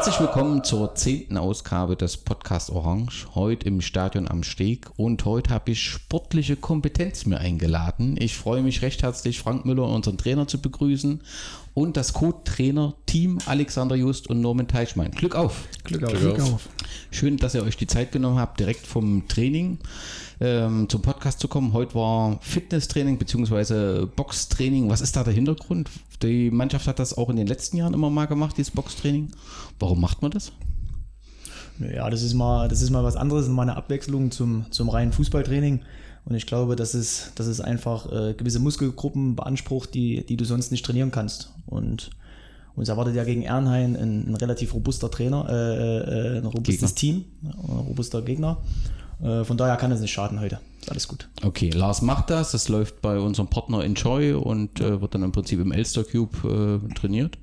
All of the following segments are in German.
Herzlich willkommen zur 10. Ausgabe des Podcast Orange, heute im Stadion am Steg, und heute habe ich sportliche Kompetenz mir eingeladen. Ich freue mich recht herzlich, Frank Müller, unseren Trainer, zu begrüßen, und das Co-Trainer-Team Alexander Just und Norman Teichmann. Glück auf! Glück auf! Schön, dass ihr euch die Zeit genommen habt, direkt vom Training zum Podcast zu kommen. Heute war Fitnesstraining bzw. Boxtraining. Was ist da der Hintergrund? Die Mannschaft hat das auch in den letzten Jahren immer mal gemacht, dieses Boxtraining. Warum macht man das? Ja, das ist mal was anderes, mal eine Abwechslung zum reinen Fußballtraining. Und ich glaube, dass es einfach gewisse Muskelgruppen beansprucht, die du sonst nicht trainieren kannst. Und uns erwartet ja gegen Ernheim ein relativ robuster Trainer, ein robustes Team, ein robuster Gegner. Von daher kann es nicht schaden heute. Ist alles gut. Okay, Lars macht das. Das läuft bei unserem Partner Enjoy und wird dann im Prinzip im Elster Cube trainiert.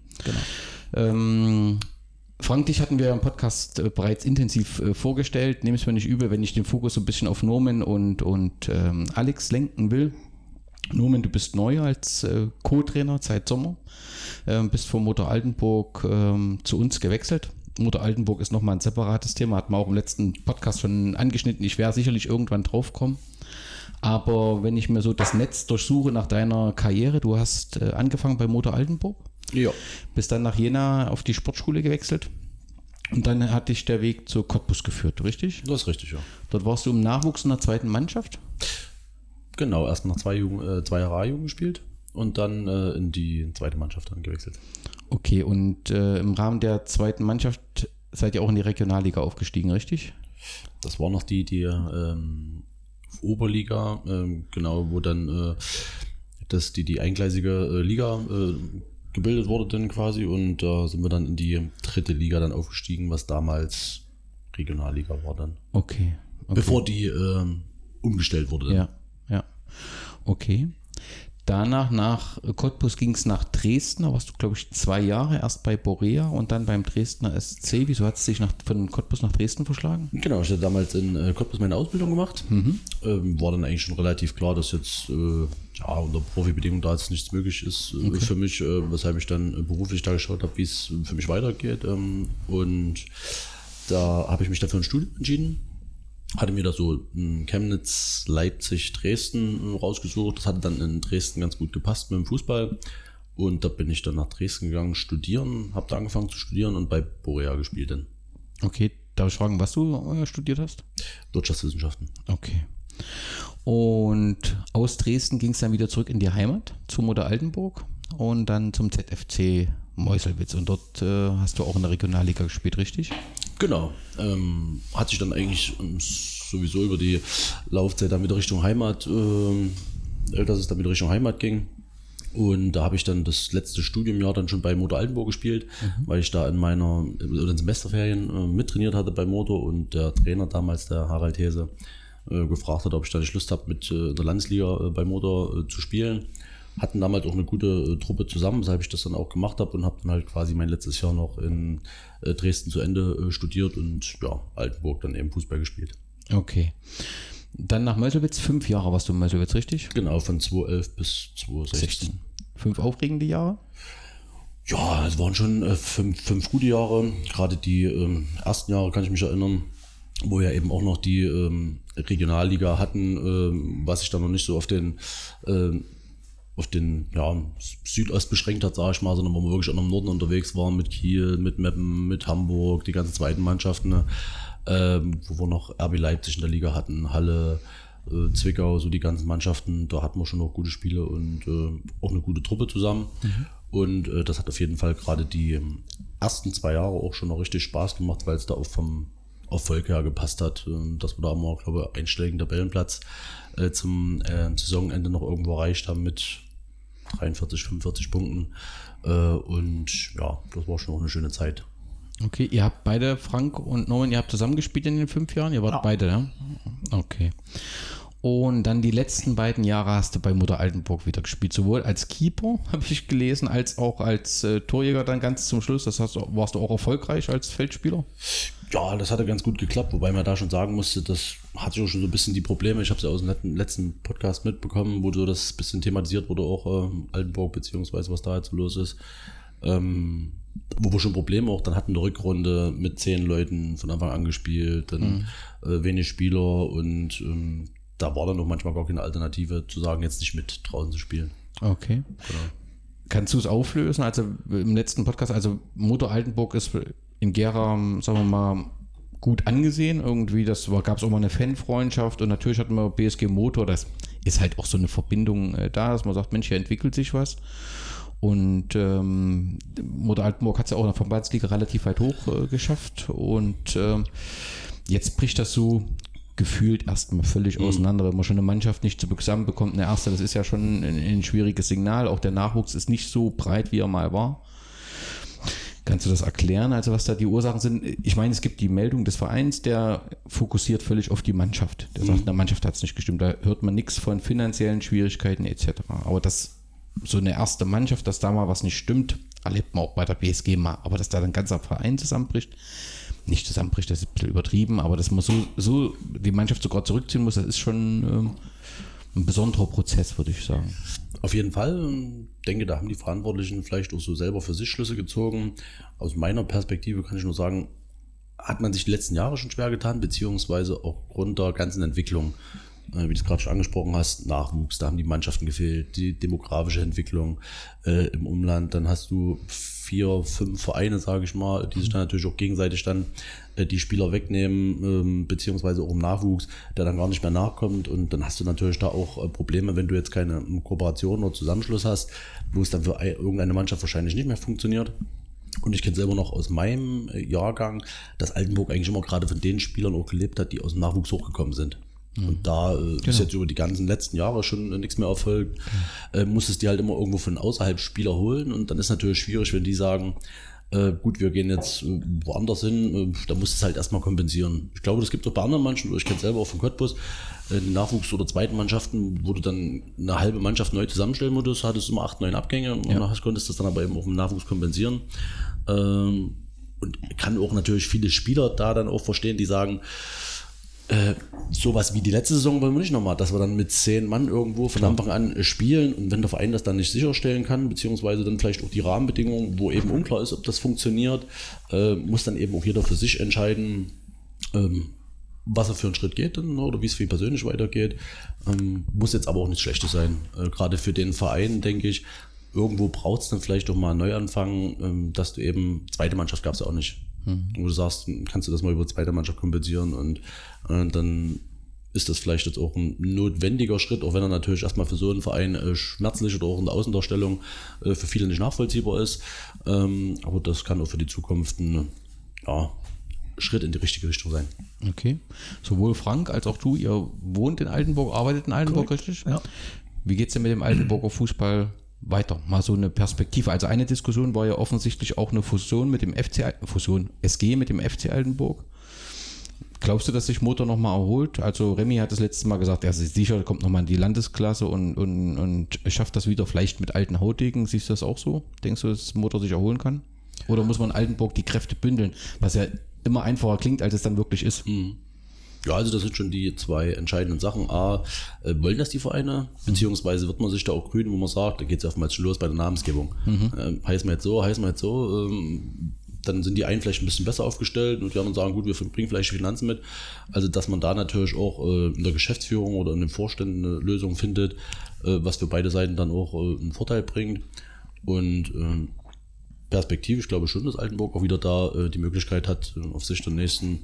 Genau. Frank, dich hatten wir im Podcast bereits intensiv vorgestellt. Nehme es mir nicht übel, wenn ich den Fokus so ein bisschen auf Norman und Alex lenken will. Norman, du bist neu als Co-Trainer seit Sommer. Bist von Motor Altenburg zu uns gewechselt. Motor Altenburg ist nochmal ein separates Thema, hat man auch im letzten Podcast schon angeschnitten. Ich werde sicherlich irgendwann drauf kommen. Aber wenn ich mir so das Netz durchsuche nach deiner Karriere, du hast angefangen bei Motor Altenburg. Ja. Bist dann nach Jena auf die Sportschule gewechselt. Und dann hat dich der Weg zu Cottbus geführt, richtig? Das ist richtig, ja. Dort warst du im Nachwuchs in der zweiten Mannschaft? Genau, erst nach 2 Jahre A-Jugend gespielt und dann in die zweite Mannschaft dann gewechselt. Okay, und im Rahmen der zweiten Mannschaft seid ihr auch in die Regionalliga aufgestiegen, richtig? Das war noch die Oberliga, genau, wo dann die eingleisige Liga gebildet wurde dann quasi, und da sind wir dann in die dritte Liga dann aufgestiegen, was damals Regionalliga war dann. Okay. Bevor die umgestellt wurde dann. Ja. Okay. Danach nach Cottbus ging es nach Dresden, da warst du, glaube ich, 2 Jahre, erst bei Borea und dann beim Dresdner SC. Wieso hat es dich von Cottbus nach Dresden verschlagen? Genau, ich hatte damals in Cottbus meine Ausbildung gemacht. War dann eigentlich schon relativ klar, dass jetzt unter Profibedingungen da jetzt nichts möglich ist für mich, weshalb ich dann beruflich da geschaut habe, wie es für mich weitergeht. Und da habe ich mich dafür ein Studium entschieden. Hatte mir da so Chemnitz, Leipzig, Dresden rausgesucht. Das hatte dann in Dresden ganz gut gepasst mit dem Fußball. Und da bin ich dann nach Dresden gegangen, studieren, habe da angefangen zu studieren und bei Borea gespielt dann. Okay, darf ich fragen, was du studiert hast? Wirtschaftswissenschaften. Okay. Und aus Dresden ging es dann wieder zurück in die Heimat, zu Motor Altenburg und dann zum ZFC Meuselwitz. Und dort hast du auch in der Regionalliga gespielt, richtig? Genau, hat sich dann eigentlich sowieso über die Laufzeit dann wieder Richtung Heimat, dass es dann wieder Richtung Heimat ging. Und da habe ich dann das letzte Studiumjahr dann schon bei Motor Altenburg gespielt, weil ich da in den Semesterferien mittrainiert hatte bei Motor, und der Trainer damals, der Harald Hese, gefragt hat, ob ich da nicht Lust habe, mit der Landesliga bei Motor zu spielen. Hatten damals auch eine gute Truppe zusammen, weshalb ich das dann auch gemacht habe, und habe dann halt quasi mein letztes Jahr noch in Dresden zu Ende studiert und Altenburg dann eben Fußball gespielt. Okay. Dann nach Meuselwitz, 5 Jahre warst du in Meuselwitz, richtig? Genau, von 2011 bis 2016. 5 aufregende Jahre? Ja, es waren schon 5 gute Jahre. Gerade die ersten Jahre kann ich mich erinnern, wo ja eben auch noch die Regionalliga hatten, was sich dann noch nicht so auf den Südost beschränkt hat, sage ich mal, sondern wo wir wirklich auch im Norden unterwegs waren, mit Kiel, mit Meppen, mit Hamburg, die ganzen zweiten Mannschaften, wo wir noch RB Leipzig in der Liga hatten, Halle, Zwickau, so die ganzen Mannschaften, da hatten wir schon noch gute Spiele und auch eine gute Truppe zusammen. Und das hat auf jeden Fall gerade die ersten 2 Jahre auch schon noch richtig Spaß gemacht, weil es da auch vom Erfolg her gepasst hat, dass wir da mal, glaube ich, einstelligen Tabellenplatz zum Saisonende noch irgendwo erreicht haben mit 43, 45 Punkten. Und ja, das war schon auch eine schöne Zeit. Okay, ihr habt beide, Frank und Norman, ihr habt zusammengespielt in den 5 Jahren? Ihr wart beide, ja? Okay. Und dann die letzten 2 Jahre hast du bei Motor Altenburg wieder gespielt, sowohl als Keeper, habe ich gelesen, als auch als Torjäger dann ganz zum Schluss. Warst du auch erfolgreich als Feldspieler? Ja, das hatte ganz gut geklappt, wobei man da schon sagen musste, das hatte auch schon so ein bisschen die Probleme. Ich habe es ja aus dem letzten Podcast mitbekommen, wo so das ein bisschen thematisiert wurde, auch Altenburg, beziehungsweise was da jetzt so los ist. Wo wir schon Probleme auch dann hatten in der Rückrunde mit 10 Leuten von Anfang an gespielt, dann wenig Spieler und da war dann auch manchmal gar keine Alternative zu sagen, jetzt nicht mit draußen zu spielen. Okay. Genau. Kannst du es auflösen? Also im letzten Podcast, also Motor Altenburg ist in Gera, sagen wir mal, gut angesehen. Irgendwie, gab es auch mal eine Fanfreundschaft und natürlich hatten wir BSG Motor, das ist halt auch so eine Verbindung da, dass man sagt, Mensch, hier entwickelt sich was. Und Motor Altenburg hat es ja auch in der Verbandsliga relativ weit hoch geschafft und jetzt bricht das so gefühlt erstmal völlig auseinander, wenn man schon eine Mannschaft nicht zusammenbekommt. Eine erste, das ist ja schon ein schwieriges Signal. Auch der Nachwuchs ist nicht so breit, wie er mal war. Kannst du das erklären, also was da die Ursachen sind? Ich meine, es gibt die Meldung des Vereins, der fokussiert völlig auf die Mannschaft. Der sagt, der Mannschaft hat es nicht gestimmt. Da hört man nichts von finanziellen Schwierigkeiten etc. Aber das so eine erste Mannschaft, dass da mal was nicht stimmt, erlebt man auch bei der BSG mal. Aber dass da ein ganzer Verein zusammenbricht, das ist ein bisschen übertrieben, aber dass man so die Mannschaft sogar zurückziehen muss, das ist schon ein besonderer Prozess, würde ich sagen. Auf jeden Fall. Ich denke, da haben die Verantwortlichen vielleicht auch so selber für sich Schlüsse gezogen. Aus meiner Perspektive kann ich nur sagen, hat man sich die letzten Jahre schon schwer getan, beziehungsweise auch aufgrund der ganzen Entwicklung, wie du es gerade schon angesprochen hast, Nachwuchs, da haben die Mannschaften gefehlt, die demografische Entwicklung im Umland, dann hast du 4, 5 Vereine, sage ich mal, die sich dann natürlich auch gegenseitig dann die Spieler wegnehmen, beziehungsweise auch im Nachwuchs, der dann gar nicht mehr nachkommt und dann hast du natürlich da auch Probleme, wenn du jetzt keine Kooperation oder Zusammenschluss hast, wo es dann für irgendeine Mannschaft wahrscheinlich nicht mehr funktioniert. Und ich kenne selber noch aus meinem Jahrgang, dass Altenburg eigentlich immer gerade von den Spielern auch gelebt hat, die aus dem Nachwuchs hochgekommen sind. Und da ist jetzt über die ganzen letzten Jahre schon nichts mehr erfolgt. Musstest die halt immer irgendwo von außerhalb Spieler holen und dann ist natürlich schwierig, wenn die sagen, gut, wir gehen jetzt woanders hin, da musst du es halt erstmal kompensieren. Ich glaube, das gibt es auch bei anderen Mannschaften, ich kenne es selber auch von Cottbus, in Nachwuchs- oder zweiten Mannschaften, wo du dann eine halbe Mannschaft neu zusammenstellen musstest, hattest du immer 8, 9 Abgänge und nachher konntest du das dann aber eben auch im Nachwuchs kompensieren. Und kann auch natürlich viele Spieler da dann auch verstehen, die sagen, sowas wie die letzte Saison wollen wir nicht nochmal, dass wir dann mit 10 Mann irgendwo von Anfang an spielen und wenn der Verein das dann nicht sicherstellen kann, beziehungsweise dann vielleicht auch die Rahmenbedingungen, wo eben unklar ist, ob das funktioniert, muss dann eben auch jeder für sich entscheiden, was er für einen Schritt geht dann, oder wie es für ihn persönlich weitergeht. Muss jetzt aber auch nichts Schlechtes sein. Gerade für den Verein, denke ich, irgendwo braucht es dann vielleicht doch mal einen Neuanfang, dass du eben, zweite Mannschaft gab es ja auch nicht. Wo du sagst, kannst du das mal über zweite Mannschaft kompensieren und dann ist das vielleicht jetzt auch ein notwendiger Schritt, auch wenn er natürlich erstmal für so einen Verein schmerzlich oder auch in der Außendarstellung für viele nicht nachvollziehbar ist. Aber das kann auch für die Zukunft ein Schritt in die richtige Richtung sein. Okay. Sowohl Frank als auch du, ihr wohnt in Altenburg, arbeitet in Altenburg, Korrekt. richtig? Ja. Wie geht es denn mit dem Altenburger Fußball weiter? Mal so eine Perspektive. Also eine Diskussion war ja offensichtlich auch eine Fusion mit dem SG mit dem FC Altenburg. Glaubst du, dass sich Motor nochmal erholt? Also Remy hat das letzte Mal gesagt, er ist sicher, er kommt nochmal in die Landesklasse und schafft das wieder vielleicht mit alten Hautdegen. Siehst du das auch so? Denkst du, dass Motor sich erholen kann? Oder muss man in Altenburg die Kräfte bündeln? Was ja immer einfacher klingt, als es dann wirklich ist. Ja, also das sind schon die 2 entscheidenden Sachen. A, wollen das die Vereine? Beziehungsweise wird man sich da auch grün, wo man sagt, da geht es ja oftmals schon los bei der Namensgebung. Heißt man jetzt so, dann sind die einen vielleicht ein bisschen besser aufgestellt und die anderen sagen, gut, wir bringen vielleicht die Finanzen mit. Also dass man da natürlich auch in der Geschäftsführung oder in den Vorständen eine Lösung findet, was für beide Seiten dann auch einen Vorteil bringt. Und perspektivisch glaube ich schon, dass Altenburg auch wieder da die Möglichkeit hat, auf sich der nächsten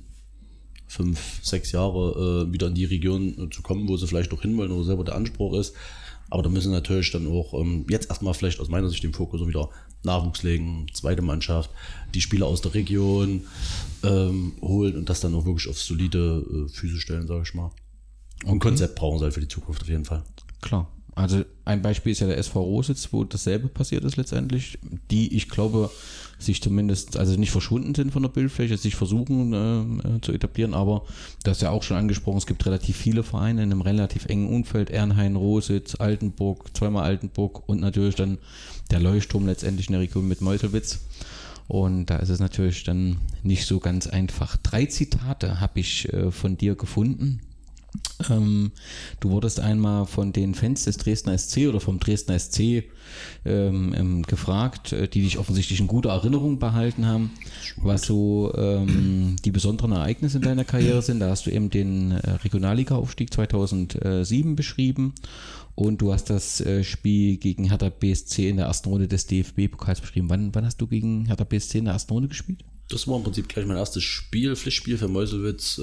5, 6 Jahre wieder in die Region zu kommen, wo sie vielleicht auch hinwollen oder selber der Anspruch ist. Aber da müssen natürlich dann auch jetzt erstmal vielleicht aus meiner Sicht den Fokus so wieder Nachwuchs legen, zweite Mannschaft, die Spieler aus der Region holen und das dann auch wirklich auf solide Füße stellen, sage ich mal. Und ein Konzept brauchen sie halt für die Zukunft auf jeden Fall. Klar. Also ein Beispiel ist ja der SV Rositz, wo dasselbe passiert ist letztendlich, die, ich glaube, sich zumindest, also nicht verschwunden sind von der Bildfläche, sich versuchen zu etablieren, aber das ist ja auch schon angesprochen, es gibt relativ viele Vereine in einem relativ engen Umfeld, Ernhain, Rositz, Altenburg, zweimal Altenburg und natürlich dann der Leuchtturm letztendlich in der Region mit Meuselwitz. Und da ist es natürlich dann nicht so ganz einfach. 3 Zitate habe ich von dir gefunden. Du wurdest einmal von den Fans des Dresdner SC oder vom Dresdner SC gefragt, die dich offensichtlich in guter Erinnerung behalten haben, was so die besonderen Ereignisse in deiner Karriere sind. Da hast du eben den Regionalliga-Aufstieg 2007 beschrieben und du hast das Spiel gegen Hertha BSC in der ersten Runde des DFB-Pokals beschrieben. Wann hast du gegen Hertha BSC in der ersten Runde gespielt? Das war im Prinzip gleich mein erstes Pflichtspiel für Meuselwitz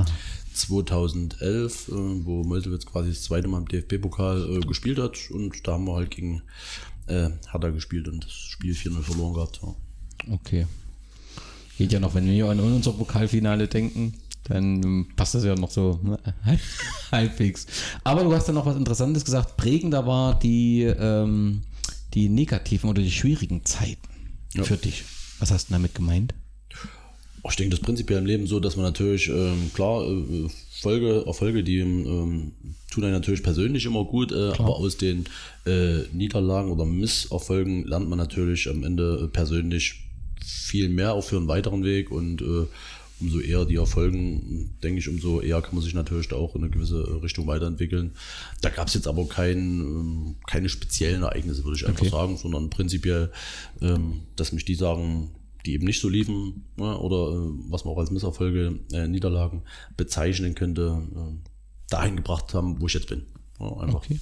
2011, wo Meuselwitz quasi das zweite Mal im DFB-Pokal gespielt hat, und da haben wir halt gegen Hertha gespielt und das Spiel 4-0 verloren gehabt. Ja. Okay. Geht ja noch, wenn wir an unser Pokalfinale denken, dann passt das ja noch so halbwegs. Aber du hast dann noch was Interessantes gesagt. Prägender war die negativen oder die schwierigen Zeiten für dich. Was hast du damit gemeint? Ich denke, das ist prinzipiell im Leben so, dass man natürlich, klar, Erfolge, die tun einen natürlich persönlich immer gut, aber aus den Niederlagen oder Misserfolgen lernt man natürlich am Ende persönlich viel mehr auch für einen weiteren Weg, und umso eher die Erfolgen, denke ich, umso eher kann man sich natürlich da auch in eine gewisse Richtung weiterentwickeln. Da gab es jetzt aber keine speziellen Ereignisse, würde ich einfach sagen, sondern prinzipiell, dass mich die Sachen, die eben nicht so liefen, oder was man auch als Misserfolge, Niederlagen bezeichnen könnte, dahin gebracht haben, wo ich jetzt bin. Ja, einfach. Okay.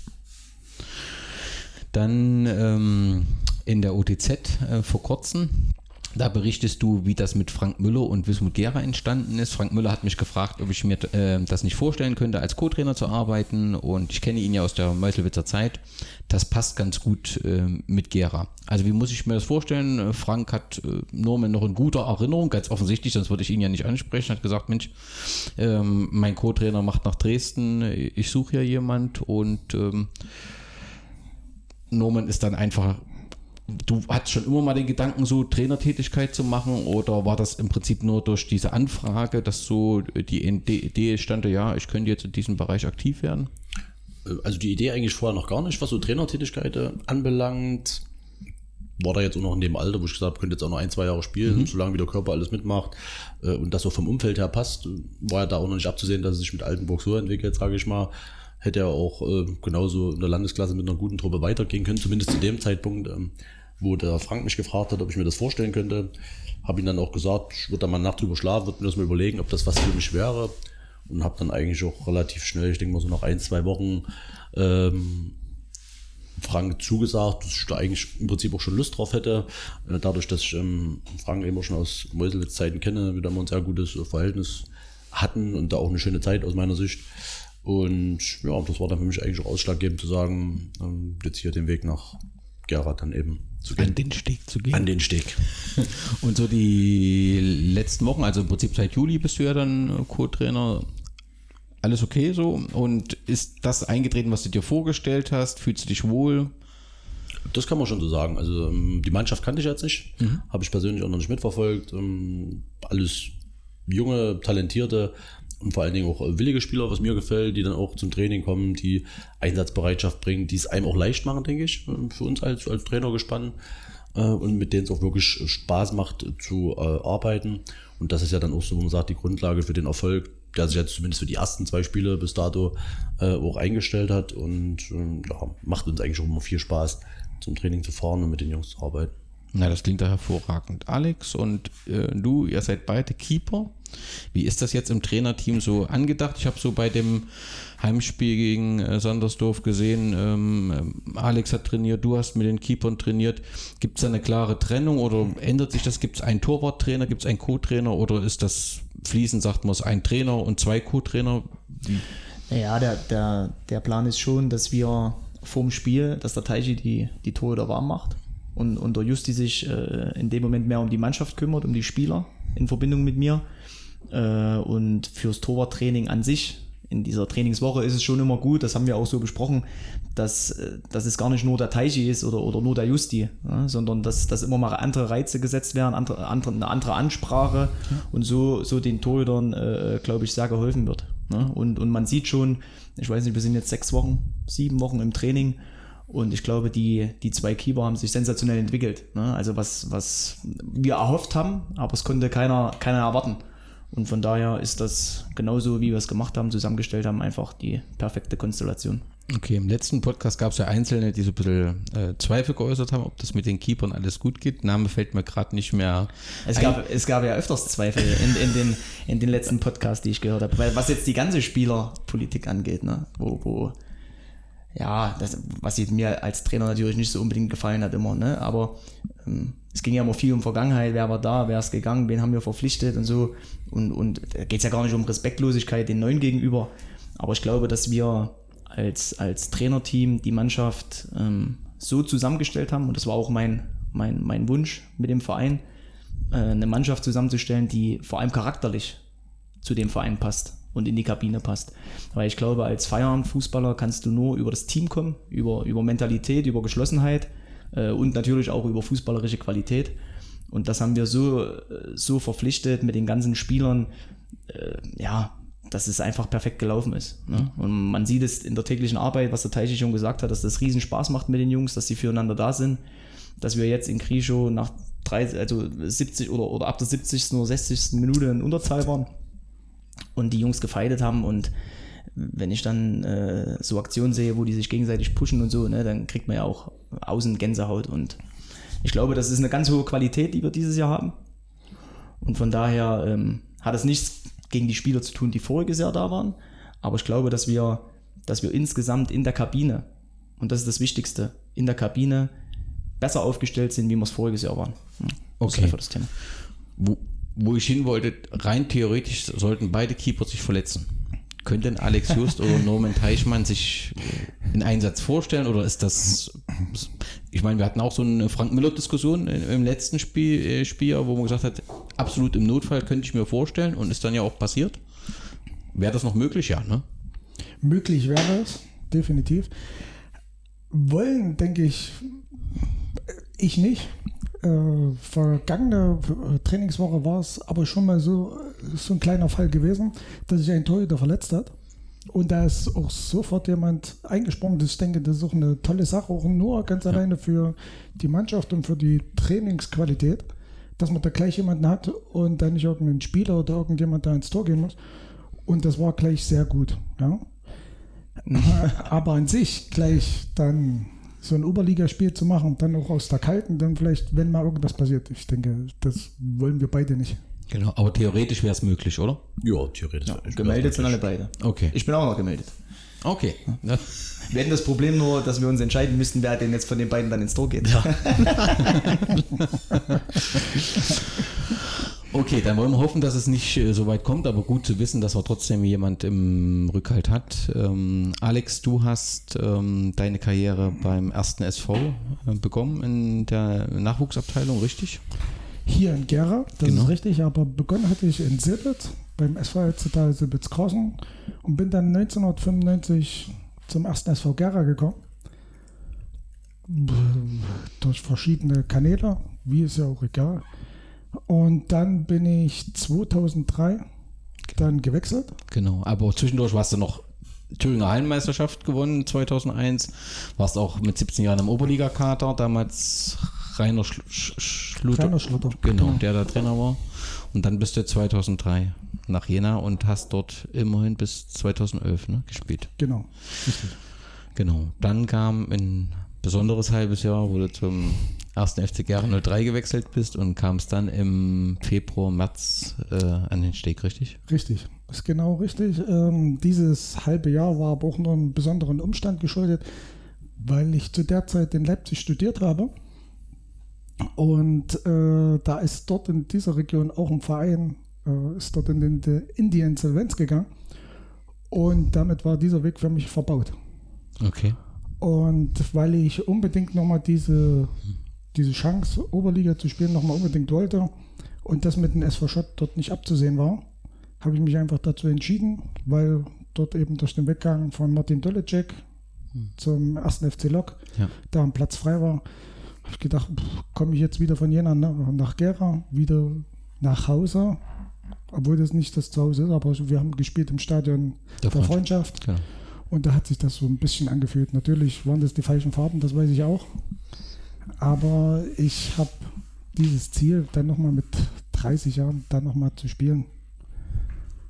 Dann in der OTZ vor kurzem, da berichtest du, wie das mit Frank Müller und Wismut Gera entstanden ist. Frank Müller hat mich gefragt, ob ich mir das nicht vorstellen könnte, als Co-Trainer zu arbeiten, und ich kenne ihn ja aus der Meuselwitzer Zeit. Das passt ganz gut mit Gera. Also wie muss ich mir das vorstellen? Frank hat Norman noch in guter Erinnerung, ganz offensichtlich, sonst würde ich ihn ja nicht ansprechen. Hat gesagt, Mensch, mein Co-Trainer macht nach Dresden, ich suche ja jemand, und Norman ist dann einfach. Du hattest schon immer mal den Gedanken, so Trainertätigkeit zu machen, oder war das im Prinzip nur durch diese Anfrage, dass so die Idee stand, ja, ich könnte jetzt in diesem Bereich aktiv werden? Also die Idee eigentlich vorher noch gar nicht, was so Trainertätigkeit anbelangt. War da jetzt auch noch in dem Alter, wo ich gesagt habe, könnte jetzt auch noch 1-2 Jahre spielen, solange wie der Körper alles mitmacht und das so vom Umfeld her passt, war ja da auch noch nicht abzusehen, dass es sich mit Altenburg so entwickelt, sage ich mal. Hätte ja auch genauso in der Landesklasse mit einer guten Truppe weitergehen können, zumindest zu dem Zeitpunkt, wo der Frank mich gefragt hat, ob ich mir das vorstellen könnte. Habe ihm dann auch gesagt, ich würde da mal eine Nacht drüber schlafen, würde mir das mal überlegen, ob das was für mich wäre. Und habe dann eigentlich auch relativ schnell, ich denke mal so nach 1-2 Wochen, Frank zugesagt, dass ich da eigentlich im Prinzip auch schon Lust drauf hätte. Dadurch, dass ich Frank eben auch schon aus Meuselwitz-Zeiten kenne, wir da immer ein sehr gutes Verhältnis hatten und da auch eine schöne Zeit aus meiner Sicht. Und ja, das war dann für mich eigentlich auch ausschlaggebend zu sagen, jetzt hier den Weg nach Gera dann eben zu gehen. An den Steg zu gehen. An den Steg. Und so die letzten Wochen, also im Prinzip seit Juli bist du ja dann Co-Trainer. Alles okay so? Und ist das eingetreten, was du dir vorgestellt hast? Fühlst du dich wohl? Das kann man schon so sagen. Also die Mannschaft kannte ich jetzt nicht. Habe ich persönlich auch noch nicht mitverfolgt. Alles junge, talentierte und vor allen Dingen auch willige Spieler, was mir gefällt, die dann auch zum Training kommen, die Einsatzbereitschaft bringen, die es einem auch leicht machen, denke ich, für uns als Trainergespann, und mit denen es auch wirklich Spaß macht zu arbeiten. Und das ist ja dann auch so, wo man sagt, die Grundlage für den Erfolg, der sich jetzt zumindest für die ersten 2 Spiele bis dato auch eingestellt hat, und ja, macht uns eigentlich auch immer viel Spaß, zum Training zu fahren und mit den Jungs zu arbeiten. Na, das klingt da hervorragend. Alex und du, ihr seid beide Keeper. Wie ist das jetzt im Trainerteam so angedacht? Ich habe so bei dem Heimspiel gegen Sandersdorf gesehen, Alex hat trainiert, du hast mit den Keepern trainiert. Gibt es da eine klare Trennung oder ändert sich das? Gibt es einen Torwarttrainer, gibt es einen Co-Trainer, oder ist das fließend, sagt man es, ein Trainer und 2 Co-Trainer? Naja, der Plan ist schon, dass wir vorm Spiel, dass der Taichi die Tore warm macht und der Justi sich in dem Moment mehr um die Mannschaft kümmert, um die Spieler in Verbindung mit mir. Und fürs Torwarttraining an sich, in dieser Trainingswoche ist es schon immer gut, das haben wir auch so besprochen, dass es gar nicht nur der Taichi ist oder nur der Justi, ja, sondern dass immer mal andere Reize gesetzt werden, eine andere Ansprache, und so den Torhütern, glaube ich, sehr geholfen wird. Ne? Und man sieht schon, ich weiß nicht, wir sind jetzt 7 Wochen im Training, und ich glaube, die 2 Keeper haben sich sensationell entwickelt. Ne? Also was wir erhofft haben, aber es konnte keiner erwarten. Und von daher ist das genauso, wie wir es gemacht haben, zusammengestellt haben, einfach die perfekte Konstellation. Okay, im letzten Podcast gab es ja Einzelne, die so ein bisschen Zweifel geäußert haben, ob das mit den Keepern alles gut geht. Name fällt mir gerade nicht mehr Es gab ja öfters Zweifel in den letzten Podcasts, die ich gehört habe. Weil was jetzt die ganze Spielerpolitik angeht, ne? Was mir als Trainer natürlich nicht so unbedingt gefallen hat immer, ne? Aber es ging ja immer viel um Vergangenheit, wer war da, wer ist gegangen, wen haben wir verpflichtet und so. Und da geht es ja gar nicht um Respektlosigkeit den Neuen gegenüber. Aber ich glaube, dass wir als Trainerteam die Mannschaft so zusammengestellt haben, und das war auch mein Wunsch mit dem Verein, eine Mannschaft zusammenzustellen, die vor allem charakterlich zu dem Verein passt und in die Kabine passt. Weil ich glaube, als Feierabendfußballer kannst du nur über das Team kommen, über Mentalität, über Geschlossenheit und natürlich auch über fußballerische Qualität. Und das haben wir so verpflichtet mit den ganzen Spielern, dass es einfach perfekt gelaufen ist. Ne? Und man sieht es in der täglichen Arbeit, was der Teichi schon gesagt hat, dass das riesen Spaß macht mit den Jungs, dass sie füreinander da sind, dass wir jetzt in Krieschow nach 70 oder ab der 70. oder 60. Minute in Unterzahl waren und die Jungs gefeitet haben. Und wenn ich dann so Aktionen sehe, wo die sich gegenseitig pushen und so, ne, dann kriegt man ja auch außen Gänsehaut. Und ich glaube, das ist eine ganz hohe Qualität, die wir dieses Jahr haben. Und von daher hat es nichts gegen die Spieler zu tun, die voriges Jahr da waren. Aber ich glaube, dass wir insgesamt in der Kabine, und das ist das Wichtigste, in der Kabine besser aufgestellt sind, wie wir es voriges Jahr waren. Das Okay. ist einfach das Thema. Wo ich hin wollte, rein theoretisch sollten beide Keeper sich verletzen. Könnten Alex Just oder Norman Teichmann sich in Einsatz vorstellen, oder ist das, ich meine, wir hatten auch so eine Frank-Müller-Diskussion im letzten Spiel, wo man gesagt hat, absolut im Notfall könnte ich mir vorstellen, und ist dann ja auch passiert. Wäre das noch möglich? Ja, ne? Möglich wäre es, definitiv. Wollen, denke ich nicht. Vergangene Trainingswoche war es aber schon mal so ein kleiner Fall gewesen, dass sich ein Torhüter verletzt hat. Und da ist auch sofort jemand eingesprungen. Ich denke, das ist auch eine tolle Sache, auch nur ganz alleine für die Mannschaft und für die Trainingsqualität, dass man da gleich jemanden hat und dann nicht irgendein Spieler oder irgendjemand da ins Tor gehen muss. Und das war gleich sehr gut. Ja? Aber an sich gleich dann so ein Oberligaspiel zu machen, dann auch aus der Kalten, dann vielleicht, wenn mal irgendwas passiert. Ich denke, das wollen wir beide nicht. Genau, aber theoretisch wäre es möglich, oder? Ja, theoretisch. Ja, gemeldet sind alle beide. Okay. Ich bin auch noch gemeldet. Okay. Ja. Wir hätten das Problem nur, dass wir uns entscheiden müssten, wer denn jetzt von den beiden dann ins Tor geht. Ja. Okay, dann wollen wir hoffen, dass es nicht so weit kommt, aber gut zu wissen, dass er trotzdem jemand im Rückhalt hat. Alex, du hast deine Karriere beim 1. SV begonnen in der Nachwuchsabteilung, richtig? Hier in Gera, das Genau. ist richtig, aber begonnen hatte ich in Silbitz, beim SV Heutzutage Silbitz-Krossen, und bin dann 1995 zum 1. SV Gera gekommen. Durch verschiedene Kanäle, wie ist ja auch egal. Und dann bin ich 2003 dann gewechselt. Genau, aber zwischendurch warst du noch Thüringer Hallenmeisterschaft gewonnen 2001, warst auch mit 17 Jahren im Oberligakader, damals Rainer Schlutter. Rainer Schlutter. Genau, der da Trainer war. Und dann bist du 2003 nach Jena und hast dort immerhin bis 2011 gespielt. Genau, richtig. Genau, dann kam ein besonderes halbes Jahr, wo du zum 1. FC Gera 03 gewechselt bist und kamst dann im Februar, März an den Steg, richtig? Richtig, ist genau richtig. Dieses halbe Jahr war aber auch nur einem besonderen Umstand geschuldet, weil ich zu der Zeit in Leipzig studiert habe. Und da ist dort in dieser Region auch ein Verein, ist dort in die Insolvenz gegangen. Und damit war dieser Weg für mich verbaut. Okay. Und weil ich unbedingt nochmal diese Chance, Oberliga zu spielen, nochmal unbedingt wollte und das mit dem SV Schott dort nicht abzusehen war, habe ich mich einfach dazu entschieden, weil dort eben durch den Weggang von Martin Dolecek zum 1. FC Lok da ein Platz frei war. Habe ich gedacht, komme ich jetzt wieder von Jena nach Gera, wieder nach Hause, obwohl das nicht das Zuhause ist, aber wir haben gespielt im Stadion der Freundschaft. Genau. Und da hat sich das so ein bisschen angefühlt. Natürlich waren das die falschen Farben, das weiß ich auch. Aber ich habe dieses Ziel, dann nochmal mit 30 Jahren dann nochmal zu spielen,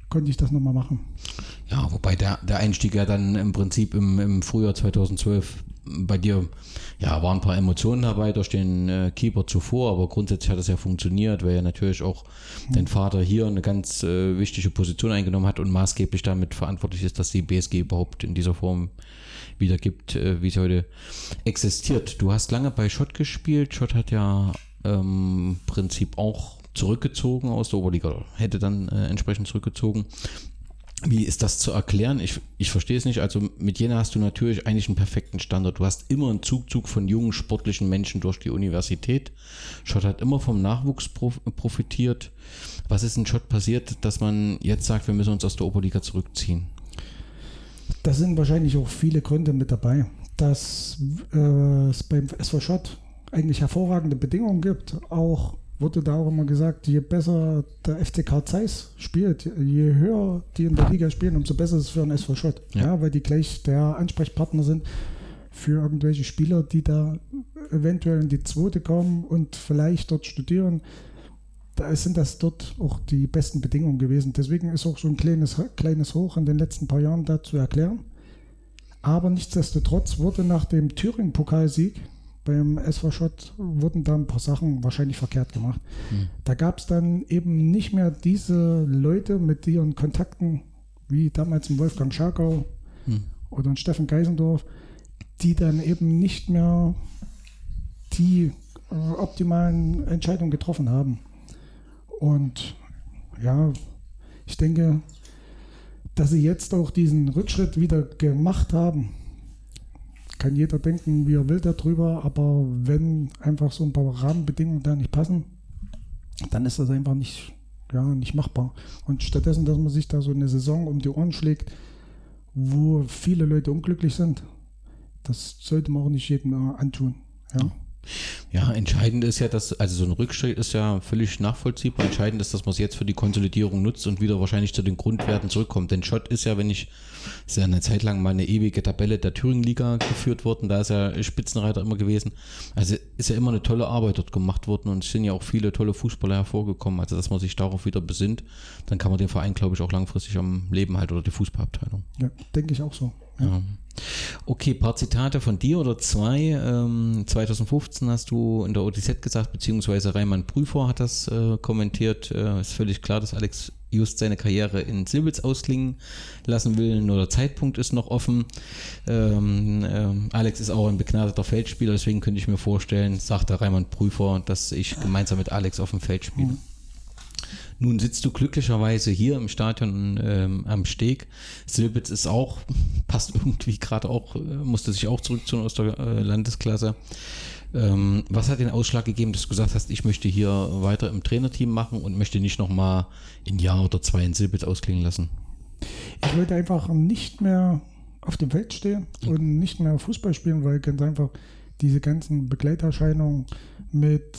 konnte ich das nochmal machen. Ja, wobei der Einstieg ja dann im Prinzip im Frühjahr 2012 bei dir, ja, waren ein paar Emotionen dabei durch den Keeper zuvor, aber grundsätzlich hat es ja funktioniert, weil ja natürlich auch dein Vater hier eine ganz wichtige Position eingenommen hat und maßgeblich damit verantwortlich ist, dass die BSG überhaupt in dieser Form wieder gibt, wie sie heute existiert. Du hast lange bei Schott gespielt. Schott hat ja im Prinzip auch zurückgezogen aus der Oberliga, hätte dann entsprechend zurückgezogen. Wie ist das zu erklären? Ich verstehe es nicht. Also mit Jena hast du natürlich eigentlich einen perfekten Standard. Du hast immer einen Zugzug von jungen sportlichen Menschen durch die Universität. Schott hat immer vom Nachwuchs profitiert. Was ist in Schott passiert, dass man jetzt sagt, wir müssen uns aus der Oberliga zurückziehen? Da sind wahrscheinlich auch viele Gründe mit dabei, dass es beim SV Schott eigentlich hervorragende Bedingungen gibt. Auch wurde da auch immer gesagt, je besser der FCK Zeiss spielt, je höher die in der Liga spielen, umso besser ist es für den SV Schott. Ja, weil die gleich der Ansprechpartner sind für irgendwelche Spieler, die da eventuell in die zweite kommen und vielleicht dort studieren. Da sind das dort auch die besten Bedingungen gewesen. Deswegen ist auch so ein kleines Hoch in den letzten paar Jahren da zu erklären. Aber nichtsdestotrotz wurde nach dem Thüringen-Pokalsieg beim SV Schott wurden da ein paar Sachen wahrscheinlich verkehrt gemacht. Da gab es dann eben nicht mehr diese Leute mit ihren Kontakten, wie damals ein Wolfgang Scharkau oder ein Steffen Geisendorf, die dann eben nicht mehr die optimalen Entscheidungen getroffen haben. Und ja, ich denke, dass sie jetzt auch diesen Rückschritt wieder gemacht haben. Kann jeder denken, wie er will darüber, aber wenn einfach so ein paar Rahmenbedingungen da nicht passen, dann ist das einfach nicht machbar. Und stattdessen, dass man sich da so eine Saison um die Ohren schlägt, wo viele Leute unglücklich sind, das sollte man auch nicht jedem antun. Ja. Ja, entscheidend ist ja, dass, also so ein Rückschritt ist ja völlig nachvollziehbar. Entscheidend ist, dass man es jetzt für die Konsolidierung nutzt und wieder wahrscheinlich zu den Grundwerten zurückkommt. Denn Schott ist ja, ist ja eine Zeit lang mal eine ewige Tabelle der Thüringen-Liga geführt worden. Da ist ja Spitzenreiter immer gewesen. Also ist ja immer eine tolle Arbeit dort gemacht worden und es sind ja auch viele tolle Fußballer hervorgekommen. Also dass man sich darauf wieder besinnt, dann kann man den Verein, glaube ich, auch langfristig am Leben halten oder die Fußballabteilung. Ja, denke ich auch so. Ja. Okay, paar Zitate von dir oder zwei. 2015 hast du in der OTZ gesagt, beziehungsweise Reimann Prüfer hat das kommentiert. Ist völlig klar, dass Alex just seine Karriere in Silbitz ausklingen lassen will. Nur der Zeitpunkt ist noch offen. Alex ist auch ein begnadeter Feldspieler, deswegen könnte ich mir vorstellen, sagt der Reimann Prüfer, dass ich gemeinsam mit Alex auf dem Feld spiele. Nun sitzt du glücklicherweise hier im Stadion am Steg. Silbitz ist auch, passt irgendwie gerade auch, musste sich auch zurückziehen aus der Landesklasse. Was hat den Ausschlag gegeben, dass du gesagt hast, ich möchte hier weiter im Trainerteam machen und möchte nicht nochmal ein Jahr oder zwei in Silbitz ausklingen lassen? Ich wollte einfach nicht mehr auf dem Feld stehen und nicht mehr Fußball spielen, weil ganz einfach diese ganzen Begleiterscheinungen mit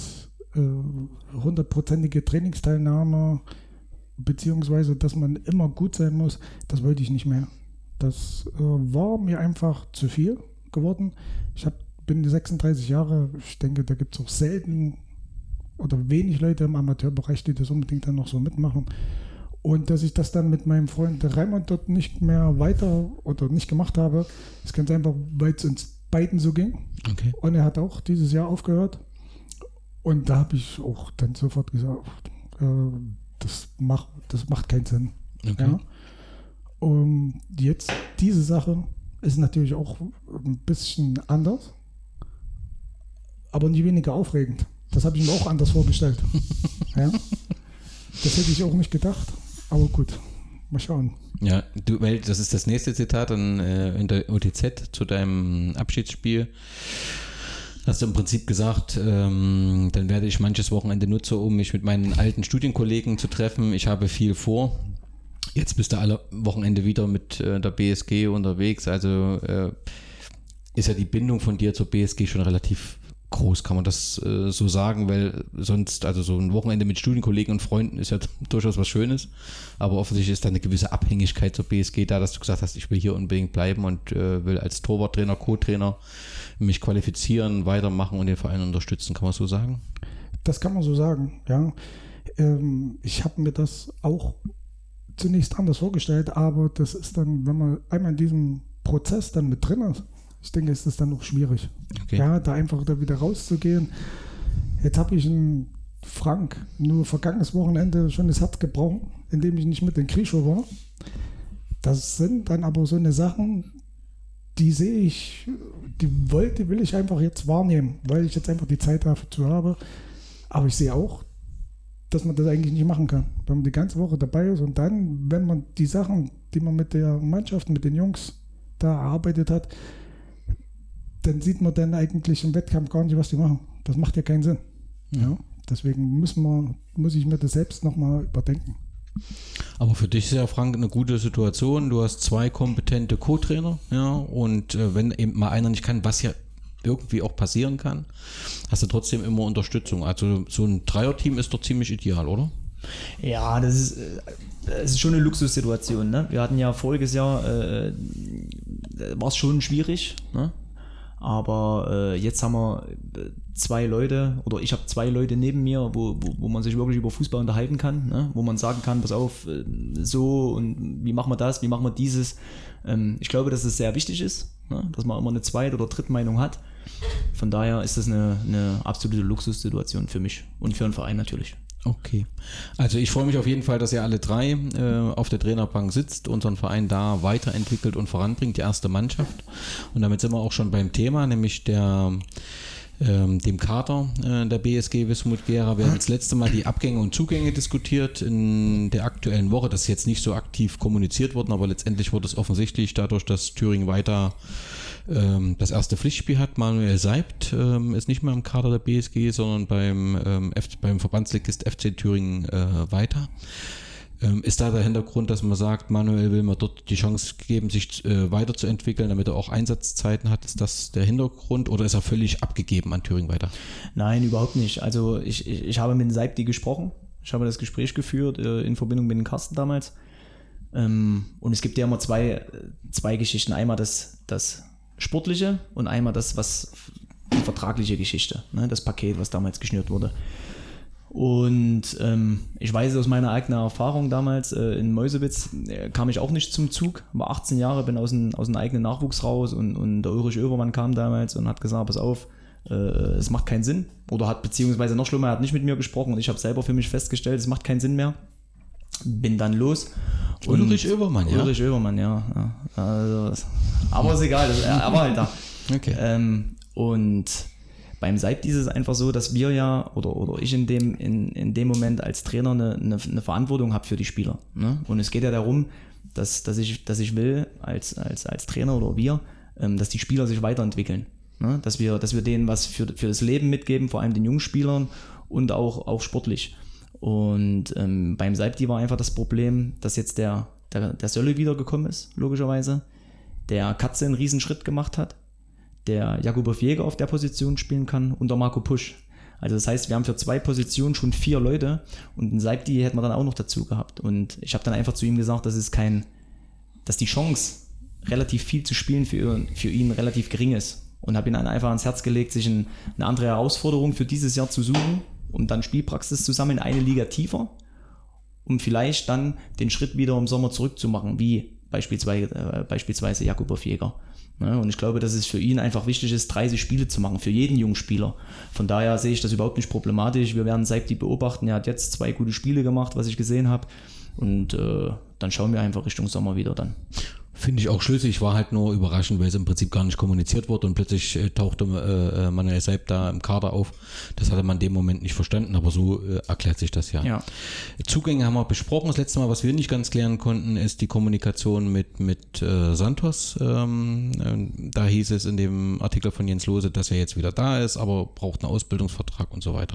100%ige Trainingsteilnahme, beziehungsweise dass man immer gut sein muss, das wollte ich nicht mehr. Das war mir einfach zu viel geworden. Bin 36 Jahre, ich denke, da gibt es auch selten oder wenig Leute im Amateurbereich, die das unbedingt dann noch so mitmachen. Und dass ich das dann mit meinem Freund Raimund dort nicht mehr weiter oder nicht gemacht habe, ist ganz einfach, weil es uns beiden so ging. Okay. Und er hat auch dieses Jahr aufgehört. Und da habe ich auch dann sofort gesagt, das macht keinen Sinn. Okay. Ja? Jetzt, diese Sache ist natürlich auch ein bisschen anders, aber nicht weniger aufregend. Das habe ich mir auch anders vorgestellt. Ja? Das hätte ich auch nicht gedacht, aber gut, mal schauen. Ja, weil das ist das nächste Zitat dann in der OTZ zu deinem Abschiedsspiel. Hast du im Prinzip gesagt, dann werde ich manches Wochenende nutzen, um mich mit meinen alten Studienkollegen zu treffen. Ich habe viel vor. Jetzt bist du alle Wochenende wieder mit der BSG unterwegs. Also ist ja die Bindung von dir zur BSG schon relativ groß, kann man das so sagen, weil sonst, also so ein Wochenende mit Studienkollegen und Freunden ist ja durchaus was Schönes, aber offensichtlich ist da eine gewisse Abhängigkeit zur BSG da, dass du gesagt hast, ich will hier unbedingt bleiben und will als Torwarttrainer, Co-Trainer mich qualifizieren, weitermachen und den Verein unterstützen, kann man so sagen? Das kann man so sagen, ja. Ich habe mir das auch zunächst anders vorgestellt, aber das ist dann, wenn man einmal in diesem Prozess dann mit drin ist, ich denke, ist das dann noch schwierig. Okay. Ja, da einfach da wieder rauszugehen. Jetzt habe ich einen Frank nur vergangenes Wochenende schon das Herz gebrochen, indem ich nicht mit in Krischow war. Das sind dann aber so eine Sachen, die sehe ich, die will ich einfach jetzt wahrnehmen, weil ich jetzt einfach die Zeit dazu habe. Aber ich sehe auch, dass man das eigentlich nicht machen kann, wenn man die ganze Woche dabei ist und dann, wenn man die Sachen, die man mit der Mannschaft, mit den Jungs da erarbeitet hat, dann sieht man dann eigentlich im Wettkampf gar nicht, was die machen. Das macht ja keinen Sinn. Ja? Deswegen muss ich mir das selbst nochmal überdenken. Aber für dich ist ja, Frank, eine gute Situation. Du hast 2 kompetente Co-Trainer, ja, und wenn eben mal einer nicht kann, was ja irgendwie auch passieren kann, hast du trotzdem immer Unterstützung. Also so ein Dreierteam ist doch ziemlich ideal, oder? Ja, das ist schon eine Luxussituation. Ne? Wir hatten ja voriges Jahr, war es schon schwierig, ne? Aber jetzt haben wir 2 Leute, oder ich habe 2 Leute neben mir, wo man sich wirklich über Fußball unterhalten kann, ne? Wo man sagen kann, pass auf, so und wie machen wir das, wie machen wir dieses. Ich glaube, dass es sehr wichtig ist, ne? Dass man immer eine Zweit- oder Drittmeinung hat. Von daher ist das eine absolute Luxussituation für mich und für den Verein natürlich. Okay. Also ich freue mich auf jeden Fall, dass ihr alle 3 auf der Trainerbank sitzt, unseren Verein da weiterentwickelt und voranbringt, die erste Mannschaft. Und damit sind wir auch schon beim Thema, nämlich dem Kader der BSG Wismut Gera. Wir haben das letzte Mal die Abgänge und Zugänge diskutiert in der aktuellen Woche. Das ist jetzt nicht so aktiv kommuniziert worden, aber letztendlich wurde es offensichtlich dadurch, dass Thüringen weiter das erste Pflichtspiel hat. Manuel Seibt ist nicht mehr im Kader der BSG, sondern beim Verbandsligist FC Thüringen weiter. Ist da der Hintergrund, dass man sagt, Manuel will man dort die Chance geben, sich weiterzuentwickeln, damit er auch Einsatzzeiten hat? Ist das der Hintergrund oder ist er völlig abgegeben an Thüringen weiter? Nein, überhaupt nicht. Also ich habe mit Seibdi gesprochen. Ich habe das Gespräch geführt in Verbindung mit dem Carsten damals. Und es gibt ja immer zwei Geschichten. Einmal das Sportliche und einmal die vertragliche Geschichte, ne? Das Paket, was damals geschnürt wurde. Und ich weiß aus meiner eigenen Erfahrung damals in Meuselwitz kam ich auch nicht zum Zug, war 18 Jahre, bin aus dem eigenen Nachwuchs raus und der Ulrich Oevermann kam damals und hat gesagt, pass auf, es macht keinen Sinn, oder hat beziehungsweise noch schlimmer, er hat nicht mit mir gesprochen und ich habe selber für mich festgestellt, es macht keinen Sinn mehr. Bin dann los. Ulrich Oevermann, ja? Ulrich Oevermann, ja. Also, aber ist egal, er war halt da. Okay. Und beim Seib ist es einfach so, dass wir ja, oder ich in dem Moment als Trainer eine Verantwortung habe für die Spieler. Ne? Und es geht ja darum, dass ich will, als Trainer oder wir, dass die Spieler sich weiterentwickeln. Ne? Dass wir denen was für das Leben mitgeben, vor allem den jungen Spielern und auch sportlich. Und beim Seibdi war einfach das Problem, dass jetzt der Sölle wiedergekommen ist, logischerweise. Der Katze einen Riesenschritt gemacht hat. Der Jakubov Jäger auf der Position spielen kann und der Marco Pusch. Also das heißt, wir haben für 2 Positionen schon 4 Leute und einen Seibdi hätten wir dann auch noch dazu gehabt. Und ich habe dann einfach zu ihm gesagt, dass die Chance, relativ viel zu spielen für ihn relativ gering ist. Und habe ihn dann einfach ans Herz gelegt, sich eine andere Herausforderung für dieses Jahr zu suchen, um dann Spielpraxis zu sammeln, eine Liga tiefer, um vielleicht dann den Schritt wieder im Sommer zurückzumachen, wie beispielsweise Jakubov Jäger. Ja, und ich glaube, dass es für ihn einfach wichtig ist, 30 Spiele zu machen, für jeden jungen Spieler. Von daher sehe ich das überhaupt nicht problematisch. Wir werden Seibdi beobachten. Er hat jetzt 2 gute Spiele gemacht, was ich gesehen habe. Und dann schauen wir einfach Richtung Sommer wieder dann. Finde ich auch schlüssig, war halt nur überraschend, weil es im Prinzip gar nicht kommuniziert wurde und plötzlich tauchte Manuel Seibt da im Kader auf. Das hatte man in dem Moment nicht verstanden, aber so erklärt sich das ja. Zugänge haben wir besprochen. Das letzte Mal, was wir nicht ganz klären konnten, ist die Kommunikation mit Santos. Da hieß es in dem Artikel von Jens Lose, dass er jetzt wieder da ist, aber braucht einen Ausbildungsvertrag und so weiter.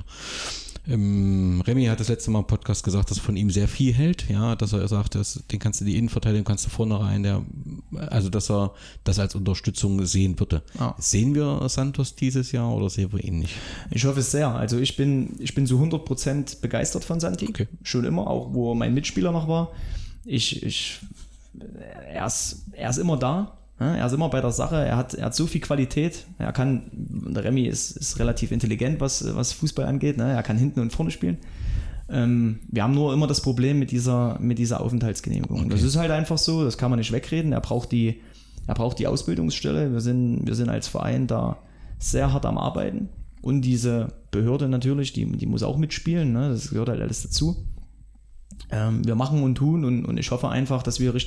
Remy hat das letzte Mal im Podcast gesagt, dass er von ihm sehr viel hält, ja, dass er sagt, den kannst du die Innenverteidigung, kannst du vorne rein, also dass er das als Unterstützung sehen würde. Sehen wir Santos dieses Jahr oder sehen wir ihn nicht? Ich hoffe es sehr. Also ich bin zu 100% begeistert von Santi, schon immer, auch wo mein Mitspieler noch war. Er ist immer da. Er ist immer bei der Sache, er hat so viel Qualität, der Remy ist relativ intelligent, was Fußball angeht, ne? Er kann hinten und vorne spielen. Wir haben nur immer das Problem mit dieser Aufenthaltsgenehmigung. Okay. Das ist halt einfach so, das kann man nicht wegreden. Er braucht die Ausbildungsstelle. Wir sind als Verein da sehr hart am Arbeiten. Und diese Behörde natürlich, die muss auch mitspielen. Ne? Das gehört halt alles dazu. Wir machen und tun und ich hoffe einfach, dass wir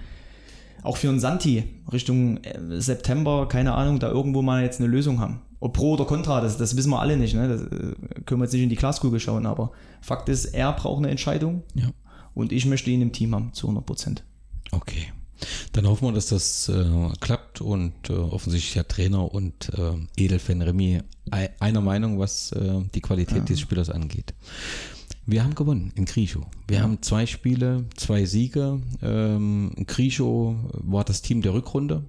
auch für einen Santi, Richtung September, keine Ahnung, da irgendwo mal jetzt eine Lösung haben. Ob pro oder contra, das wissen wir alle nicht. Ne? Das können wir jetzt nicht in die Glaskugel schauen, aber Fakt ist, er braucht eine Entscheidung und ich möchte ihn im Team haben, zu 100%. Okay. Dann hoffen wir, dass das klappt und offensichtlich der Trainer und Edelfan Remy einer Meinung, was die Qualität dieses Spielers angeht. Wir haben gewonnen in Krichow. Wir haben 2 Spiele, 2 Siege. Krichow war das Team der Rückrunde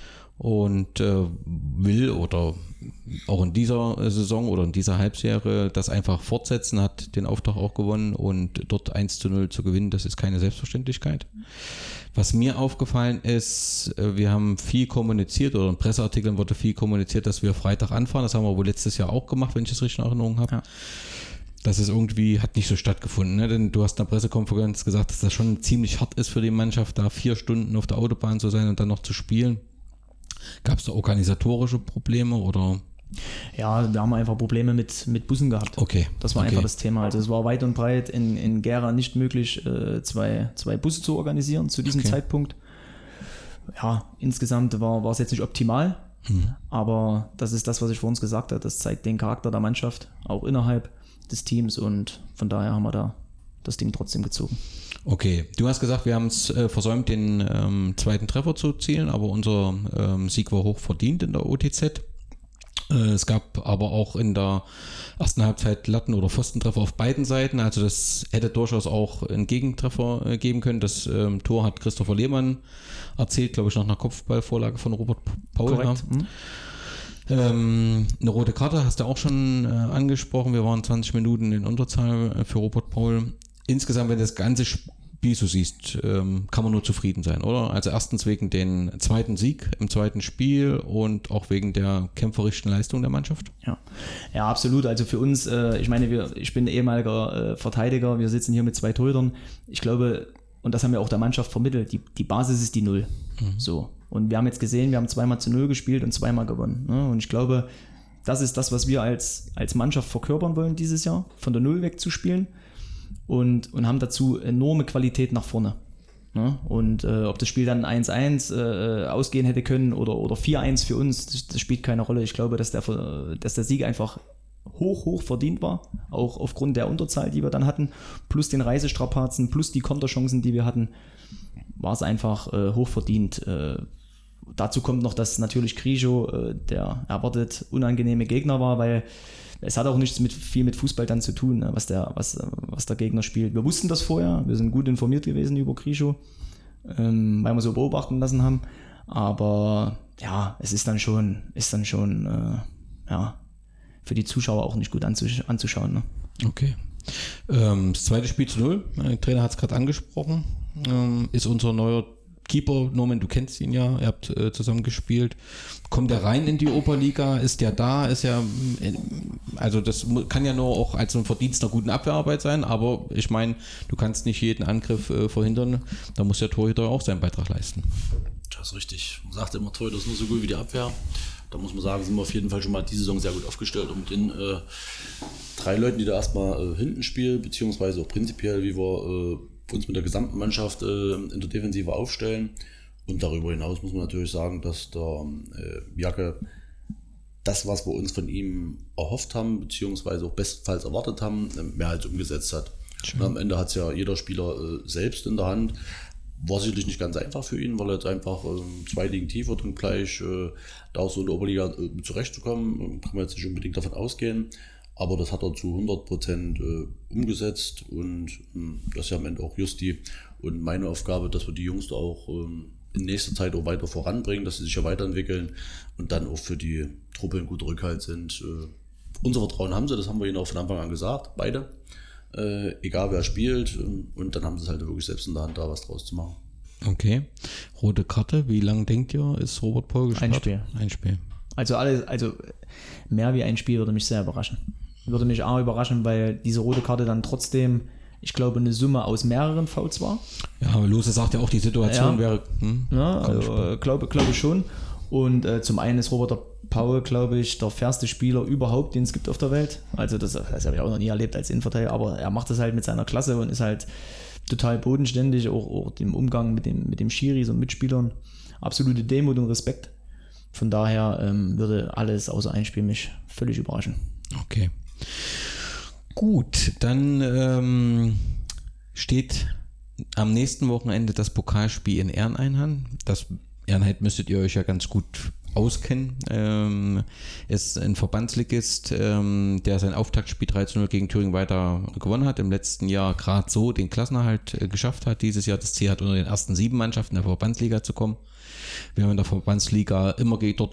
und will oder auch in dieser Saison oder in dieser Halbserie das einfach fortsetzen, hat den Auftrag auch gewonnen und dort 1:0 zu gewinnen, das ist keine Selbstverständlichkeit. Was mir aufgefallen ist, wir haben viel kommuniziert oder in Presseartikeln wurde viel kommuniziert, dass wir Freitag anfahren. Das haben wir wohl letztes Jahr auch gemacht, wenn ich das richtig in Erinnerung habe. Ja. Das ist irgendwie, hat nicht so stattgefunden, ne? Denn du hast in der Pressekonferenz gesagt, dass das schon ziemlich hart ist für die Mannschaft, da 4 Stunden auf der Autobahn zu sein und dann noch zu spielen. Gab es da organisatorische Probleme oder? Ja, wir haben einfach Probleme mit Bussen gehabt. Okay. Das war einfach das Thema. Also es war weit und breit in Gera nicht möglich, zwei Busse zu organisieren zu diesem Zeitpunkt. Ja, insgesamt war es jetzt nicht optimal, aber das ist das, was ich vor uns gesagt habe. Das zeigt den Charakter der Mannschaft, auch innerhalb des Teams und von daher haben wir da das Ding trotzdem gezogen. Okay, du hast gesagt, wir haben es versäumt, den zweiten Treffer zu erzielen, aber unser Sieg war hoch verdient in der OTZ. Es gab aber auch in der ersten Halbzeit Latten- oder Pfostentreffer auf beiden Seiten, also das hätte durchaus auch einen Gegentreffer geben können. Das Tor hat Christopher Lehmann erzielt, glaube ich, nach einer Kopfballvorlage von Robert Paul. Korrekt. Eine rote Karte hast du auch schon angesprochen. Wir waren 20 Minuten in Unterzahl für Robert Paul. Insgesamt, wenn du das ganze Spiel so siehst, kann man nur zufrieden sein, oder? Also erstens wegen den zweiten Sieg im zweiten Spiel und auch wegen der kämpferischen Leistung der Mannschaft. Ja, absolut. Also für uns, ich meine, ich bin ehemaliger Verteidiger, wir sitzen hier mit 2 Torhütern. Ich glaube, und das haben wir auch der Mannschaft vermittelt, die Basis ist die 0. So. Und wir haben jetzt gesehen, wir haben 2-0 gespielt und 2-mal gewonnen. Ne? Und ich glaube, das ist das, was wir als Mannschaft verkörpern wollen dieses Jahr, von der 0 wegzuspielen und haben dazu enorme Qualität nach vorne. Ne? Und ob das Spiel dann 1-1 ausgehen hätte können oder 4-1 für uns, das spielt keine Rolle. Ich glaube, dass der Sieg einfach hoch verdient war, auch aufgrund der Unterzahl, die wir dann hatten, plus den Reisestrapazen, plus die Konterchancen, die wir hatten, war es einfach hoch verdient. Dazu kommt noch, dass natürlich Krichow der erwartet unangenehme Gegner war, weil es hat auch nichts viel mit Fußball dann zu tun, was der Gegner spielt. Wir wussten das vorher, wir sind gut informiert gewesen über Krichow, weil wir so beobachten lassen haben. Aber ja, es ist dann schon für die Zuschauer auch nicht gut anzuschauen. Ne? Okay. Das zweite Spiel zu 0, der Trainer hat es gerade angesprochen, ist unser neuer Keeper, Norman, du kennst ihn ja, ihr habt zusammen gespielt. Kommt er rein in die Oberliga? Ist der da? Also das kann ja nur auch als ein Verdienst einer guten Abwehrarbeit sein, aber ich meine, du kannst nicht jeden Angriff verhindern, da muss der Torhüter auch seinen Beitrag leisten. Das ist richtig. Man sagt immer, Torhüter ist nur so gut wie die Abwehr. Da muss man sagen, sind wir auf jeden Fall schon mal diese Saison sehr gut aufgestellt und mit den 3 Leuten, die da erstmal hinten spielen, beziehungsweise auch prinzipiell, wie wir uns mit der gesamten Mannschaft in der Defensive aufstellen. Und darüber hinaus muss man natürlich sagen, dass der Jacke das, was wir uns von ihm erhofft haben, beziehungsweise auch bestenfalls erwartet haben, mehr als umgesetzt hat. Und am Ende hat es ja jeder Spieler selbst in der Hand. War sicherlich nicht ganz einfach für ihn, weil er jetzt einfach 2 Ligen tiefer und gleich da auch so in der Oberliga zurechtzukommen, kann man jetzt nicht unbedingt davon ausgehen. Aber das hat er zu 100% umgesetzt und das ist ja am Ende auch Justi und meine Aufgabe, dass wir die Jungs da auch in nächster Zeit auch weiter voranbringen, dass sie sich ja weiterentwickeln und dann auch für die Truppe ein guter Rückhalt sind. Unser Vertrauen haben sie, das haben wir ihnen auch von Anfang an gesagt, beide. Egal wer spielt und dann haben sie es halt wirklich selbst in der Hand, da was draus zu machen. Okay. Rote Karte, wie lange denkt ihr, ist Robert Paul gesperrt? Ein Spiel. Also mehr wie ein Spiel würde mich sehr überraschen. Würde mich auch überraschen, weil diese rote Karte dann trotzdem, ich glaube, eine Summe aus mehreren Fouls war. Ja, aber Lose sagt ja auch, die Situation wäre... Ja, also, glaube schon. Und zum einen ist Robert Paul, glaube ich, der fairste Spieler überhaupt, den es gibt auf der Welt. Also das habe ich auch noch nie erlebt als Innenverteidiger, aber er macht das halt mit seiner Klasse und ist halt total bodenständig, auch im Umgang mit dem Schiris und Mitspielern. Absolute Demut und Respekt. Von daher würde alles außer ein Spiel mich völlig überraschen. Okay. Gut, dann steht am nächsten Wochenende das Pokalspiel in Ernheim an. Das Ernheim müsstet ihr euch ja ganz gut auskennen. Ist ein Verbandsligist, der sein Auftaktspiel 3:0 gegen Thüringen weiter gewonnen hat. Im letzten Jahr gerade so den Klassenerhalt geschafft hat. Dieses Jahr das Ziel hat, unter den ersten 7 Mannschaften der Verbandsliga zu kommen. Wir haben in der Verbandsliga immer dort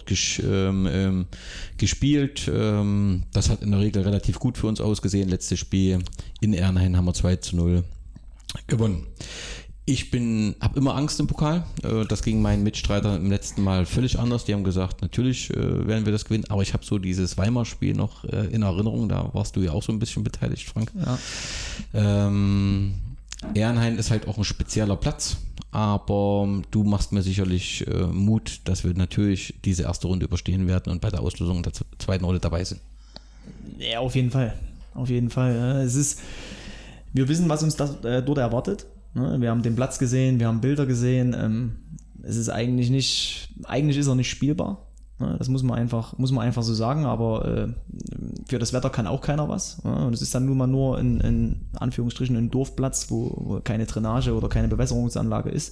gespielt. Das hat in der Regel relativ gut für uns ausgesehen. Letztes Spiel in Ernheim haben wir 2:0 gewonnen. Ich habe immer Angst im Pokal. Das ging meinen Mitstreiter im letzten Mal völlig anders. Die haben gesagt, natürlich werden wir das gewinnen, aber ich habe so dieses Weimar-Spiel noch in Erinnerung. Da warst du ja auch so ein bisschen beteiligt, Frank. Ja. Ernheim ist halt auch ein spezieller Platz, aber du machst mir sicherlich Mut, dass wir natürlich diese erste Runde überstehen werden und bei der Auslosung der zweiten Runde dabei sind. Ja, auf jeden Fall. Auf jeden Fall. Wir wissen, was uns dort erwartet. Wir haben den Platz gesehen, wir haben Bilder gesehen. Es ist eigentlich ist er nicht spielbar. Das muss man einfach so sagen, aber für das Wetter kann auch keiner was. Und es ist dann nun mal nur in Anführungsstrichen ein Dorfplatz, wo keine Drainage oder keine Bewässerungsanlage ist.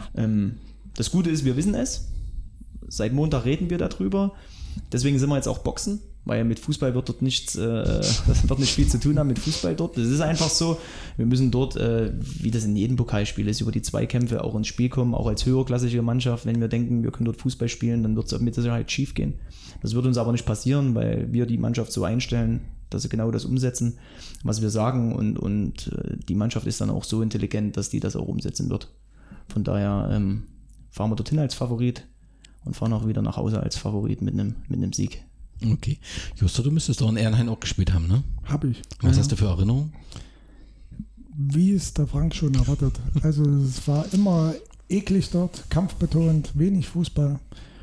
Das Gute ist, wir wissen es. Seit Montag reden wir darüber. Deswegen sind wir jetzt auch Boxen, weil mit Fußball wird dort nicht viel zu tun haben mit Fußball dort. Das ist einfach so. Wir müssen dort, wie das in jedem Pokalspiel ist, über die Zweikämpfe auch ins Spiel kommen, auch als höherklassige Mannschaft. Wenn wir denken, wir können dort Fußball spielen, dann wird es mit Sicherheit schief gehen. Das wird uns aber nicht passieren, weil wir die Mannschaft so einstellen, dass sie genau das umsetzen, was wir sagen. Und die Mannschaft ist dann auch so intelligent, dass die das auch umsetzen wird. Von daher fahren wir dorthin als Favorit und fahren auch wieder nach Hause als Favorit mit einem Sieg. Okay. Justo, du müsstest doch in Ernheim auch gespielt haben, ne? Habe ich. Was hast du für Erinnerungen? Wie es der Frank schon erwartet. Also es war immer eklig dort, kampfbetont, wenig Fußball.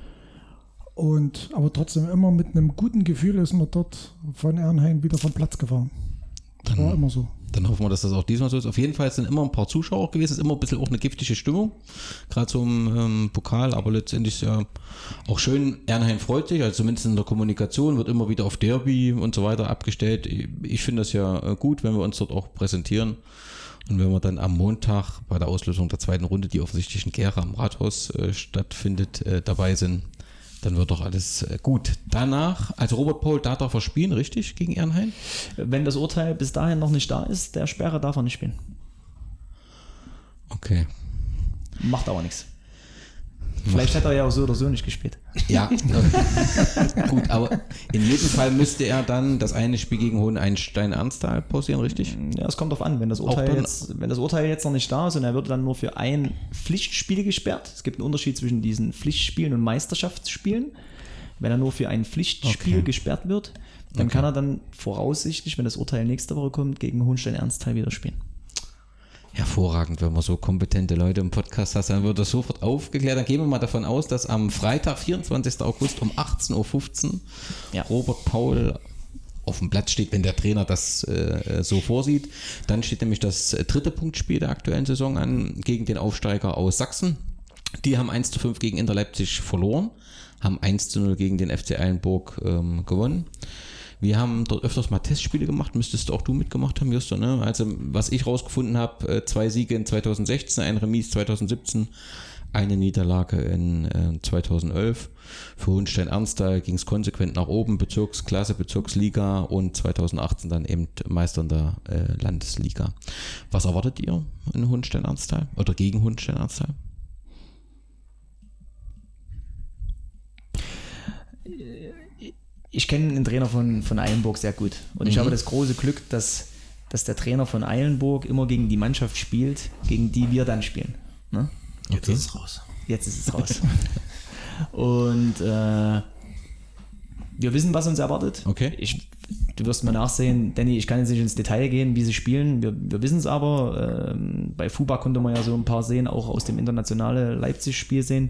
Aber trotzdem immer mit einem guten Gefühl ist man dort von Ernheim wieder vom Platz gefahren. Das war immer so. Dann hoffen wir, dass das auch diesmal so ist. Auf jeden Fall sind immer ein paar Zuschauer gewesen. Es ist immer ein bisschen auch eine giftige Stimmung. Gerade so im Pokal. Aber letztendlich ist ja auch schön. Ernheim freut sich. Also zumindest in der Kommunikation wird immer wieder auf Derby und so weiter abgestellt. Ich finde das ja gut, wenn wir uns dort auch präsentieren. Und wenn wir dann am Montag bei der Auslösung der zweiten Runde, die offensichtlich in Gera am Rathaus stattfindet, dabei sind, dann wird doch alles gut. Danach, also Robert Paul, da darf er spielen, richtig, gegen Ernheim? Wenn das Urteil bis dahin noch nicht da ist, der Sperre darf er nicht spielen. Okay. Macht aber nichts. Vielleicht hätte er ja auch so oder so nicht gespielt. Ja, gut, aber in jedem Fall müsste er dann das eine Spiel gegen Hohenstein-Ernsthal pausieren, richtig? Ja, es kommt drauf an, wenn das Urteil jetzt noch nicht da ist und er wird dann nur für ein Pflichtspiel gesperrt. Es gibt einen Unterschied zwischen diesen Pflichtspielen und Meisterschaftsspielen. Wenn er nur für ein Pflichtspiel gesperrt wird, dann kann er dann voraussichtlich, wenn das Urteil nächste Woche kommt, gegen Hohenstein-Ernsthal wieder spielen. Hervorragend, wenn man so kompetente Leute im Podcast hat, dann wird das sofort aufgeklärt. Dann gehen wir mal davon aus, dass am Freitag, 24. August um 18.15 Uhr Robert Paul auf dem Platz steht, wenn der Trainer das so vorsieht. Dann steht nämlich das dritte Punktspiel der aktuellen Saison an gegen den Aufsteiger aus Sachsen. Die haben 1:5 gegen Inter Leipzig verloren, haben 1:0 gegen den FC Eilenburg gewonnen. Wir haben dort öfters mal Testspiele gemacht, müsstest auch du mitgemacht haben, Justo, ne? Also was ich rausgefunden habe, 2 Siege in 2016, ein Remis 2017, eine Niederlage in 2011. Für Hohenstein-Ernsthal ging es konsequent nach oben, Bezirksklasse, Bezirksliga und 2018 dann eben Meister in der Landesliga. Was erwartet ihr in Hohenstein-Ernsthal oder gegen Hohenstein-Ernsthal? Ich kenne den Trainer von Eilenburg sehr gut und ich habe das große Glück, dass der Trainer von Eilenburg immer gegen die Mannschaft spielt, gegen die wir dann spielen. Ne? Jetzt ist es raus. Jetzt ist es raus. Und wir wissen, was uns erwartet. Okay. Du wirst mal nachsehen, Danny, ich kann jetzt nicht ins Detail gehen, wie sie spielen. Wir wissen es aber. Bei FUBA konnte man ja so ein paar sehen, auch aus dem internationale Leipzig-Spiel sehen.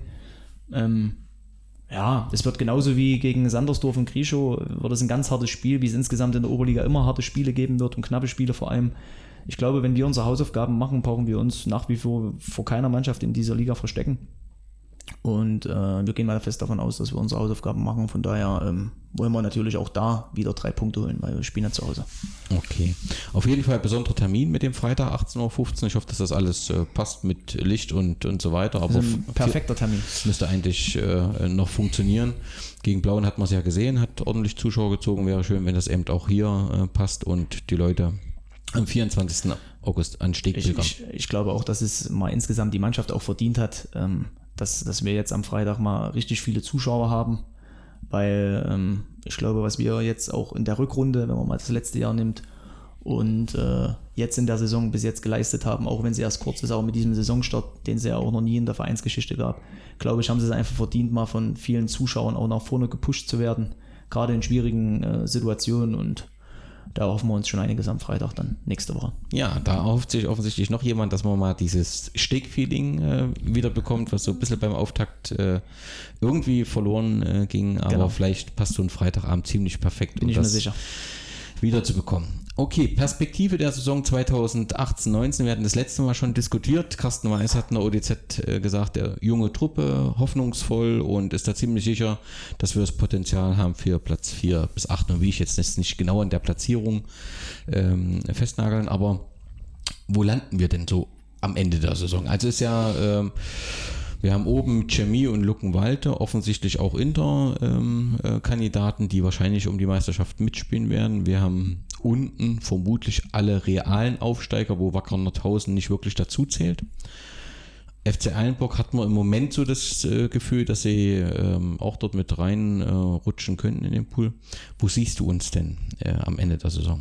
Ja, es wird genauso wie gegen Sandersdorf und Grieschow, wird es ein ganz hartes Spiel, wie es insgesamt in der Oberliga immer harte Spiele geben wird und knappe Spiele vor allem. Ich glaube, wenn wir unsere Hausaufgaben machen, brauchen wir uns nach wie vor keiner Mannschaft in dieser Liga verstecken. Und wir gehen mal fest davon aus, dass wir unsere Hausaufgaben machen. Von daher wollen wir natürlich auch da wieder 3 Punkte holen, weil wir spielen ja zu Hause. Okay. Auf jeden Fall ein besonderer Termin mit dem Freitag 18.15 Uhr. Ich hoffe, dass das alles passt mit Licht und so weiter. Aber ein perfekter Termin. Müsste eigentlich noch funktionieren. Gegen Blauen hat man es ja gesehen, hat ordentlich Zuschauer gezogen. Wäre schön, wenn das eben auch hier passt und die Leute am 24. August an Steg pilgern. Ich glaube auch, dass es mal insgesamt die Mannschaft auch verdient hat, dass wir jetzt am Freitag mal richtig viele Zuschauer haben, weil ich glaube, was wir jetzt auch in der Rückrunde, wenn man mal das letzte Jahr nimmt und jetzt in der Saison bis jetzt geleistet haben, auch wenn sie erst kurz ist, auch mit diesem Saisonstart, den es ja auch noch nie in der Vereinsgeschichte gab, glaube ich, haben sie es einfach verdient, mal von vielen Zuschauern auch nach vorne gepusht zu werden, gerade in schwierigen Situationen, und da hoffen wir uns schon einiges am Freitag dann nächste Woche. Ja, da erhofft sich offensichtlich noch jemand, dass man mal dieses Steg-Feeling wieder bekommt, was so ein bisschen beim Auftakt irgendwie verloren ging. Aber Genau. Vielleicht passt so ein Freitagabend ziemlich perfekt, Bin ich mir sicher. wieder zu bekommen. Okay, Perspektive der Saison 2018-19. Wir hatten das letzte Mal schon diskutiert. Carsten Weiß hat in der ODZ gesagt, der junge Truppe, hoffnungsvoll, und ist da ziemlich sicher, dass wir das Potenzial haben für Platz 4 bis 8. Und wie ich jetzt nicht genau an der Platzierung festnageln, aber wo landen wir denn so am Ende der Saison? Also ist ja... wir haben oben Chemie und Luckenwalde, offensichtlich auch Inter-Kandidaten, die wahrscheinlich um die Meisterschaft mitspielen werden. Wir haben unten vermutlich alle realen Aufsteiger, wo Wacker Nordhausen nicht wirklich dazu zählt. FC Eilenburg hat man im Moment so das Gefühl, dass sie auch dort mit reinrutschen könnten in den Pool. Wo siehst du uns denn am Ende der Saison?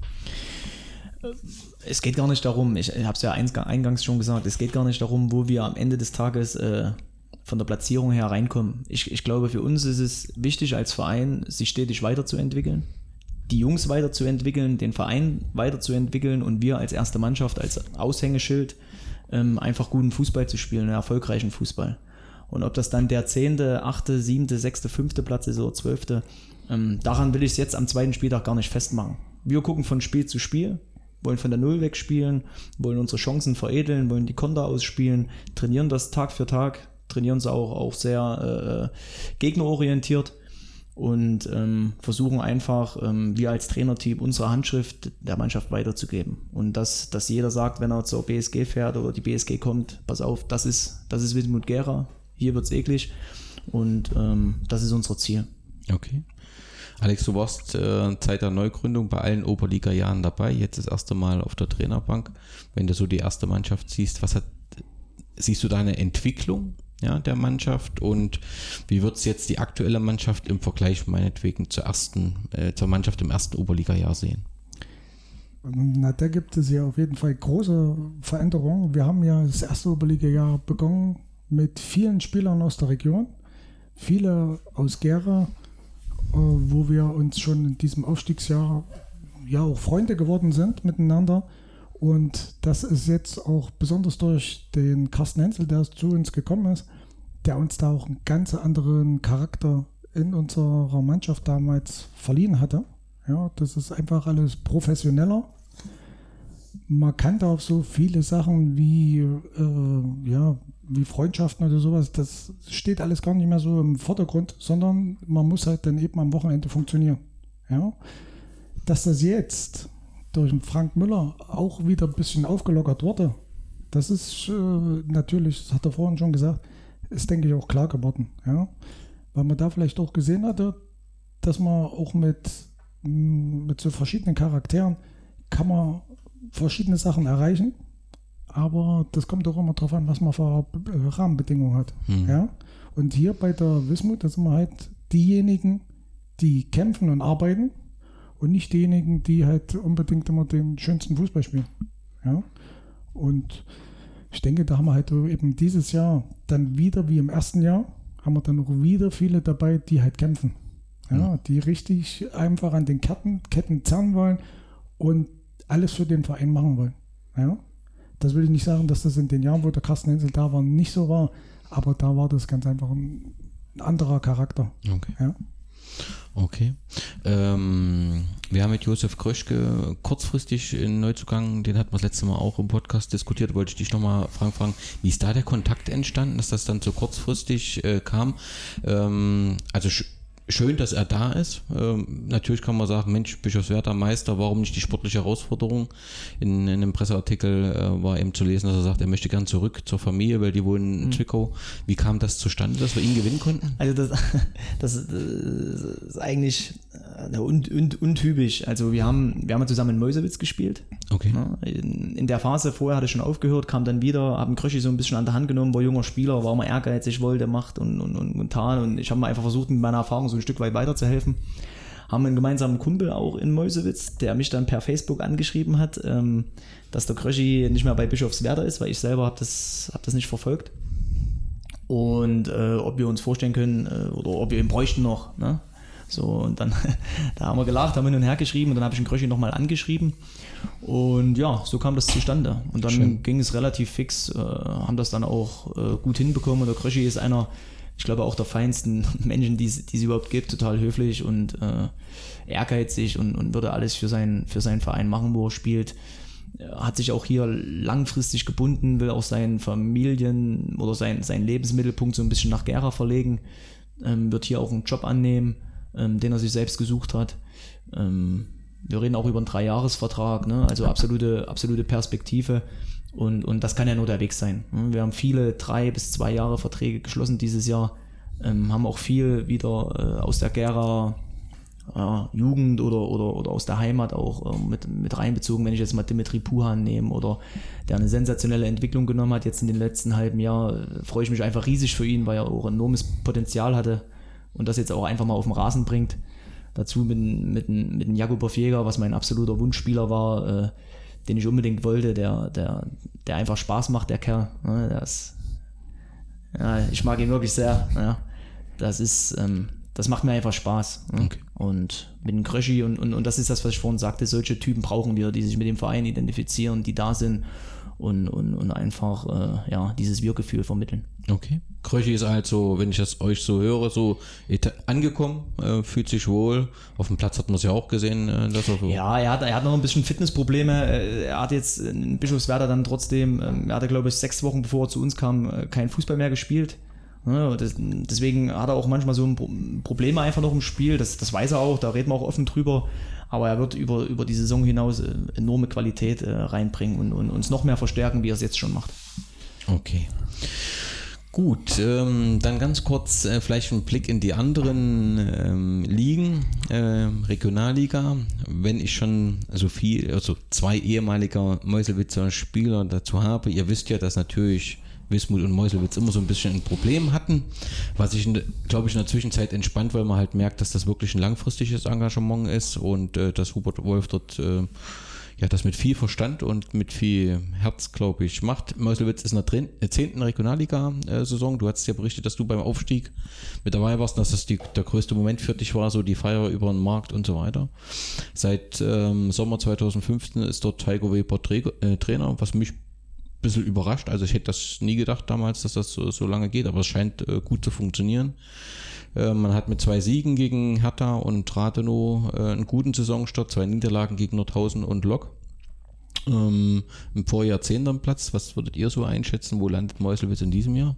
Es geht gar nicht darum, ich habe es ja eingangs schon gesagt, es geht gar nicht darum, wo wir am Ende des Tages von der Platzierung her reinkommen. Ich glaube, für uns ist es wichtig als Verein, sich stetig weiterzuentwickeln, die Jungs weiterzuentwickeln, den Verein weiterzuentwickeln und wir als erste Mannschaft, als Aushängeschild einfach guten Fußball zu spielen, einen erfolgreichen Fußball. Und ob das dann der 10., 8., 7., 6., 5. Platz ist oder 12., daran will ich es jetzt am 2. Spieltag gar nicht festmachen. Wir gucken von Spiel zu Spiel, wollen von der Null weg spielen, wollen unsere Chancen veredeln, wollen die Konter ausspielen, trainieren das Tag für Tag, trainieren sie auch sehr gegnerorientiert und versuchen einfach, wir als Trainerteam, unsere Handschrift der Mannschaft weiterzugeben. Und dass jeder sagt, wenn er zur BSG fährt oder die BSG kommt, pass auf, das ist Wismut Gera, hier wird's eklig, und das ist unser Ziel. Okay. Alex, du warst Zeit der Neugründung bei allen Oberliga-Jahren dabei, jetzt das erste Mal auf der Trainerbank. Wenn du so die erste Mannschaft siehst, siehst du da eine Entwicklung, ja, der Mannschaft, und wie wird es jetzt die aktuelle Mannschaft im Vergleich meinetwegen zur Mannschaft im ersten Oberliga-Jahr sehen? Na, da gibt es ja auf jeden Fall große Veränderungen. Wir haben ja das erste Oberliga-Jahr begonnen mit vielen Spielern aus der Region, viele aus Gera, wo wir uns schon in diesem Aufstiegsjahr ja auch Freunde geworden sind miteinander. Und das ist jetzt auch besonders durch den Carsten Hensel, der zu uns gekommen ist, der uns da auch einen ganz anderen Charakter in unserer Mannschaft damals verliehen hatte. Ja, das ist einfach alles professioneller. Man kann da auf so viele Sachen wie Freundschaften oder sowas, das steht alles gar nicht mehr so im Vordergrund, sondern man muss halt dann eben am Wochenende funktionieren. Ja? Dass das jetzt durch den Frank Müller auch wieder ein bisschen aufgelockert wurde, das ist natürlich, das hat er vorhin schon gesagt, ist, denke ich, auch klar geworden. Ja? Weil man da vielleicht auch gesehen hatte, dass man auch mit so verschiedenen Charakteren kann man verschiedene Sachen erreichen, aber das kommt auch immer darauf an, was man für Rahmenbedingungen hat. Ja? Und hier bei der Wismut, da sind wir halt diejenigen, die kämpfen und arbeiten und nicht diejenigen, die halt unbedingt immer den schönsten Fußball spielen. Ja? Und ich denke, da haben wir halt eben dieses Jahr dann wieder, wie im ersten Jahr, haben wir dann auch wieder viele dabei, die halt kämpfen. Ja, die richtig einfach an den Ketten zerren wollen und alles für den Verein machen wollen. Ja? Das will ich nicht sagen, dass das in den Jahren, wo der Carsten Hensel da war, nicht so war, aber da war das ganz einfach ein anderer Charakter. Okay. Ja. Okay. Wir haben mit Josef Kröschke kurzfristig einen Neuzugang, den hatten wir das letzte Mal auch im Podcast diskutiert, wollte ich dich nochmal fragen, wie ist da der Kontakt entstanden, dass das dann so kurzfristig kam? Also schön, dass er da ist. Natürlich kann man sagen, Mensch, Bischofswerda Meister, warum nicht die sportliche Herausforderung? In einem Presseartikel war eben zu lesen, dass er sagt, er möchte gern zurück zur Familie, weil die wohnen in Zwickau. Wie kam das zustande, dass wir ihn gewinnen konnten? Also das ist eigentlich untypisch. Also wir haben ja zusammen in Meuselwitz gespielt. Okay. In der Phase vorher hatte ich schon aufgehört, kam dann wieder, habe einen Kröschi so ein bisschen an der Hand genommen, war junger Spieler, war immer ehrgeizig, wollte, macht und tat. Und ich habe mir einfach versucht, mit meiner Erfahrung so ein Stück weit weiterzuhelfen. Haben einen gemeinsamen Kumpel auch in Meuselwitz, der mich dann per Facebook angeschrieben hat, dass der Kröschi nicht mehr bei Bischofswerda ist, weil ich selber habe das nicht verfolgt. Und ob wir uns vorstellen können oder ob wir ihn bräuchten noch. Ne? So, und dann da haben wir gelacht, haben hin und her geschrieben und dann habe ich den Kröschi nochmal angeschrieben. Und ja, so kam das zustande. Und dann ging es relativ fix, haben das dann auch gut hinbekommen. Und der Kröschi ist einer, ich glaube auch der feinsten Menschen, die es überhaupt gibt, total höflich und ehrgeizig und würde alles für seinen Verein machen, wo er spielt. Hat sich auch hier langfristig gebunden, will auch seinen Familien- oder seinen Lebensmittelpunkt so ein bisschen nach Gera verlegen, wird hier auch einen Job annehmen, den er sich selbst gesucht hat. Wir reden auch über einen 3-Jahres-Vertrag, ne? Also absolute Perspektive und das kann ja nur der Weg sein. Wir haben viele 3 bis 2 Jahre Verträge geschlossen dieses Jahr, haben auch viel wieder aus der Gera Jugend oder aus der Heimat auch mit reinbezogen, wenn ich jetzt mal Dimitri Puhan nehme oder der eine sensationelle Entwicklung genommen hat jetzt in den letzten halben Jahr, freue ich mich einfach riesig für ihn, weil er auch enormes Potenzial hatte und das jetzt auch einfach mal auf den Rasen bringt. Dazu mit dem Jakub Jäger, was mein absoluter Wunschspieler war, den ich unbedingt wollte, der einfach Spaß macht, der Kerl. Ne? Ich mag ihn wirklich sehr. Ja. Das macht mir einfach Spaß. Ne? Okay. Und mit dem Kröschi und das ist das, was ich vorhin sagte, solche Typen brauchen wir, die sich mit dem Verein identifizieren, die da sind und einfach dieses Wir-Gefühl vermitteln. Okay. Kröschi ist also, wenn ich das euch so höre, so angekommen, fühlt sich wohl. Auf dem Platz hat man es ja auch gesehen. Dass er so ja, er hat noch ein bisschen Fitnessprobleme. Er hat jetzt in Bischofswerda dann trotzdem, er hatte glaube ich 6 Wochen bevor er zu uns kam, kein Fußball mehr gespielt. Ja, deswegen hat er auch manchmal so Probleme einfach noch im Spiel. Das weiß er auch, da reden wir auch offen drüber. Aber er wird über die Saison hinaus enorme Qualität reinbringen und uns noch mehr verstärken, wie er es jetzt schon macht. Okay. Gut, dann ganz kurz vielleicht ein Blick in die anderen Ligen, Regionalliga. Wenn ich schon also 2 ehemaliger Meuselwitzer Spieler dazu habe, ihr wisst ja, dass natürlich Wismut und Meuselwitz immer so ein bisschen ein Problem hatten, was sich, glaube ich, in der Zwischenzeit entspannt, weil man halt merkt, dass das wirklich ein langfristiges Engagement ist und dass Hubert Wolf dort das mit viel Verstand und mit viel Herz, glaube ich, macht. Meuselwitz ist in der 10. Regionalliga-Saison. Du hast ja berichtet, dass du beim Aufstieg mit dabei warst und dass das der größte Moment für dich war, so die Feier über den Markt und so weiter. Seit Sommer 2015 ist dort Heiko Weber Trainer, was mich ein bisschen überrascht. Also ich hätte das nie gedacht damals, dass das so lange geht, aber es scheint gut zu funktionieren. Man hat mit 2 Siegen gegen Hertha und Rathenow einen guten Saisonstart, 2 Niederlagen gegen Nordhausen und Lok. Im Vorjahr 10. Platz. Was würdet ihr so einschätzen? Wo landet Meuselwitz in diesem Jahr?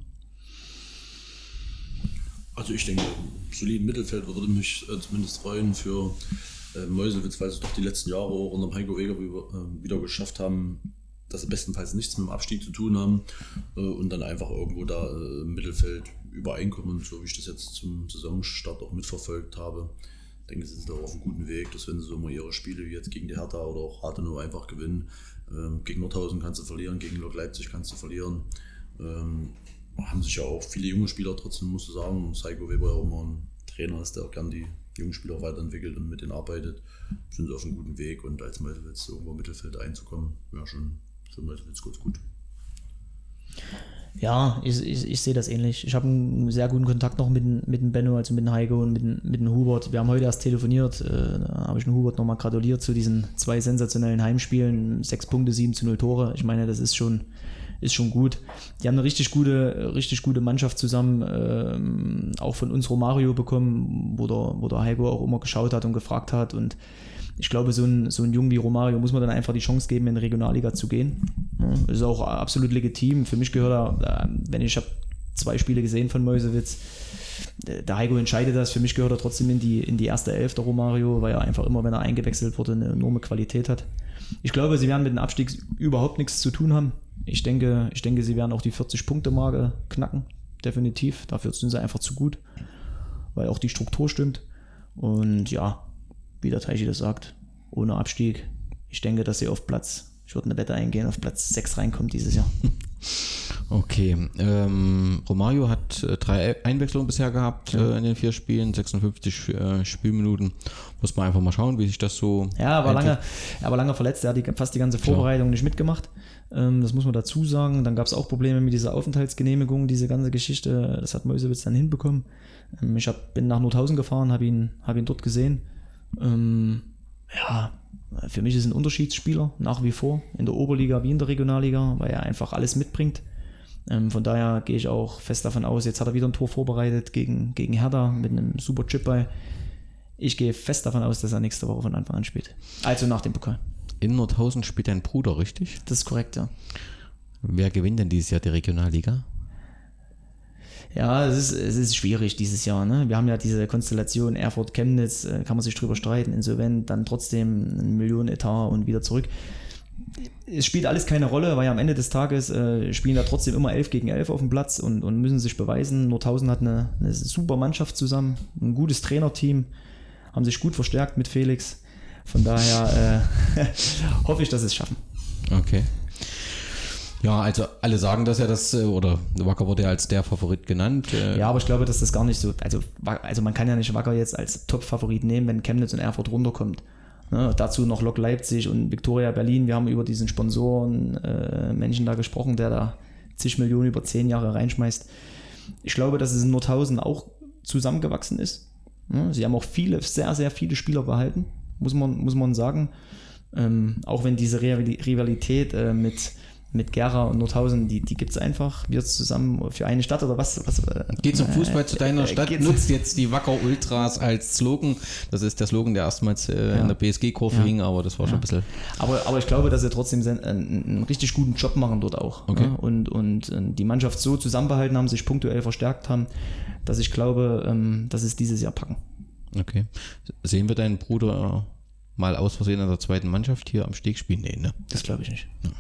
Also ich denke, soliden Mittelfeld würde mich zumindest freuen für Meuselwitz, weil sie doch die letzten Jahre auch unter Heiko Weger wieder geschafft haben, dass sie bestenfalls nichts mit dem Abstieg zu tun haben und dann einfach irgendwo da im Mittelfeld übereinkommen, so wie ich das jetzt zum Saisonstart auch mitverfolgt habe. Ich denke, sie sind da auf einem guten Weg, dass wenn sie so mal ihre Spiele wie jetzt gegen die Hertha oder auch Rathenow einfach gewinnen, gegen Nordhausen kannst du verlieren, gegen Lok Leipzig kannst du verlieren. Haben sich ja auch viele junge Spieler trotzdem, musst du sagen. Heiko Weber ja auch immer ein Trainer ist, der auch gern die jungen Spieler weiterentwickelt und mit denen arbeitet. Sind sie auf einem guten Weg und als Meuselwitz irgendwo im Mittelfeld einzukommen, wäre schon für Meuselwitz ganz gut. Ja, ich sehe das ähnlich. Ich habe einen sehr guten Kontakt noch mit dem Benno, also mit dem Heiko und mit dem Hubert. Wir haben heute erst telefoniert, da habe ich dem Hubert nochmal gratuliert zu diesen 2 sensationellen Heimspielen, 6 Punkte, 7-0 Tore. Ich meine, das ist schon gut. Die haben eine richtig gute Mannschaft zusammen, auch von uns Romario bekommen, wo der Heiko auch immer geschaut hat und gefragt hat. Und ich glaube, so ein Jungen wie Romario muss man dann einfach die Chance geben, in die Regionalliga zu gehen. Das ist auch absolut legitim. Für mich gehört er, ich habe 2 Spiele gesehen von Meusewitz, der Heiko entscheidet das. Für mich gehört er trotzdem in die erste Elf, der Romario, weil er einfach immer, wenn er eingewechselt wurde, eine enorme Qualität hat. Ich glaube, sie werden mit dem Abstieg überhaupt nichts zu tun haben. Ich denke, sie werden auch die 40-Punkte-Marke knacken, definitiv. Dafür sind sie einfach zu gut, weil auch die Struktur stimmt. Und ja, wie der Teichi das sagt, ohne Abstieg. Ich denke, dass sie ich würde eine Wette eingehen, auf Platz 6 reinkommt dieses Jahr. Okay, Romario hat 3 Einwechslungen bisher gehabt in den 4 Spielen, 56 Spielminuten. Muss man einfach mal schauen, wie sich das so... Ja, er war lange verletzt, er hat fast die ganze Vorbereitung nicht mitgemacht. Das muss man dazu sagen. Dann gab es auch Probleme mit dieser Aufenthaltsgenehmigung, diese ganze Geschichte. Das hat Meusewitz dann hinbekommen. Ich bin nach Nordhausen gefahren, habe ihn dort gesehen. Ja, für mich ist er ein Unterschiedsspieler, nach wie vor, in der Oberliga wie in der Regionalliga, weil er einfach alles mitbringt. Von daher gehe ich auch fest davon aus, jetzt hat er wieder ein Tor vorbereitet gegen Hertha mit einem super Chipball. Ich gehe fest davon aus, dass er nächste Woche von Anfang an spielt. Also nach dem Pokal. In Nordhausen spielt dein Bruder, richtig? Das ist korrekt, ja. Wer gewinnt denn dieses Jahr die Regionalliga? Ja, es ist schwierig dieses Jahr. Ne? Wir haben ja diese Konstellation Erfurt-Chemnitz, kann man sich drüber streiten, insolvent, dann trotzdem 1 Million Etat und wieder zurück. Es spielt alles keine Rolle, weil am Ende des Tages spielen da trotzdem immer 11 gegen 11 auf dem Platz und müssen sich beweisen. Nordhausen hat eine super Mannschaft zusammen, ein gutes Trainerteam, haben sich gut verstärkt mit Felix. Von daher hoffe ich, dass sie es schaffen. Okay. Ja, also alle sagen das ja, oder Wacker wurde ja als der Favorit genannt. Ja, aber ich glaube, dass das gar nicht so, also man kann ja nicht Wacker jetzt als Top-Favorit nehmen, wenn Chemnitz und Erfurt runterkommt. Ne, dazu noch Lok Leipzig und Viktoria Berlin. Wir haben über diesen Sponsoren Menschen da gesprochen, der da zig Millionen über 10 Jahre reinschmeißt. Ich glaube, dass es in Nordhausen auch zusammengewachsen ist. Ne, sie haben auch sehr, sehr viele Spieler behalten, muss man sagen. Auch wenn diese Rivalität mit Gera und Nordhausen, die gibt es einfach. Wir zusammen für eine Stadt oder was? Geht zum Fußball zu deiner Stadt, nutzt jetzt die Wacker Ultras als Slogan. Das ist der Slogan, der erstmals in der BSG-Kurve hing, aber das war schon ein bisschen... Aber ich glaube, dass sie trotzdem einen richtig guten Job machen dort auch. Okay. Ne? Und die Mannschaft so zusammenbehalten haben, sich punktuell verstärkt haben, dass ich glaube, dass es dieses Jahr packen. Okay. Sehen wir deinen Bruder mal aus Versehen in der zweiten Mannschaft hier am Steg spielen? Nee, ne? Das glaube ich nicht. Ja.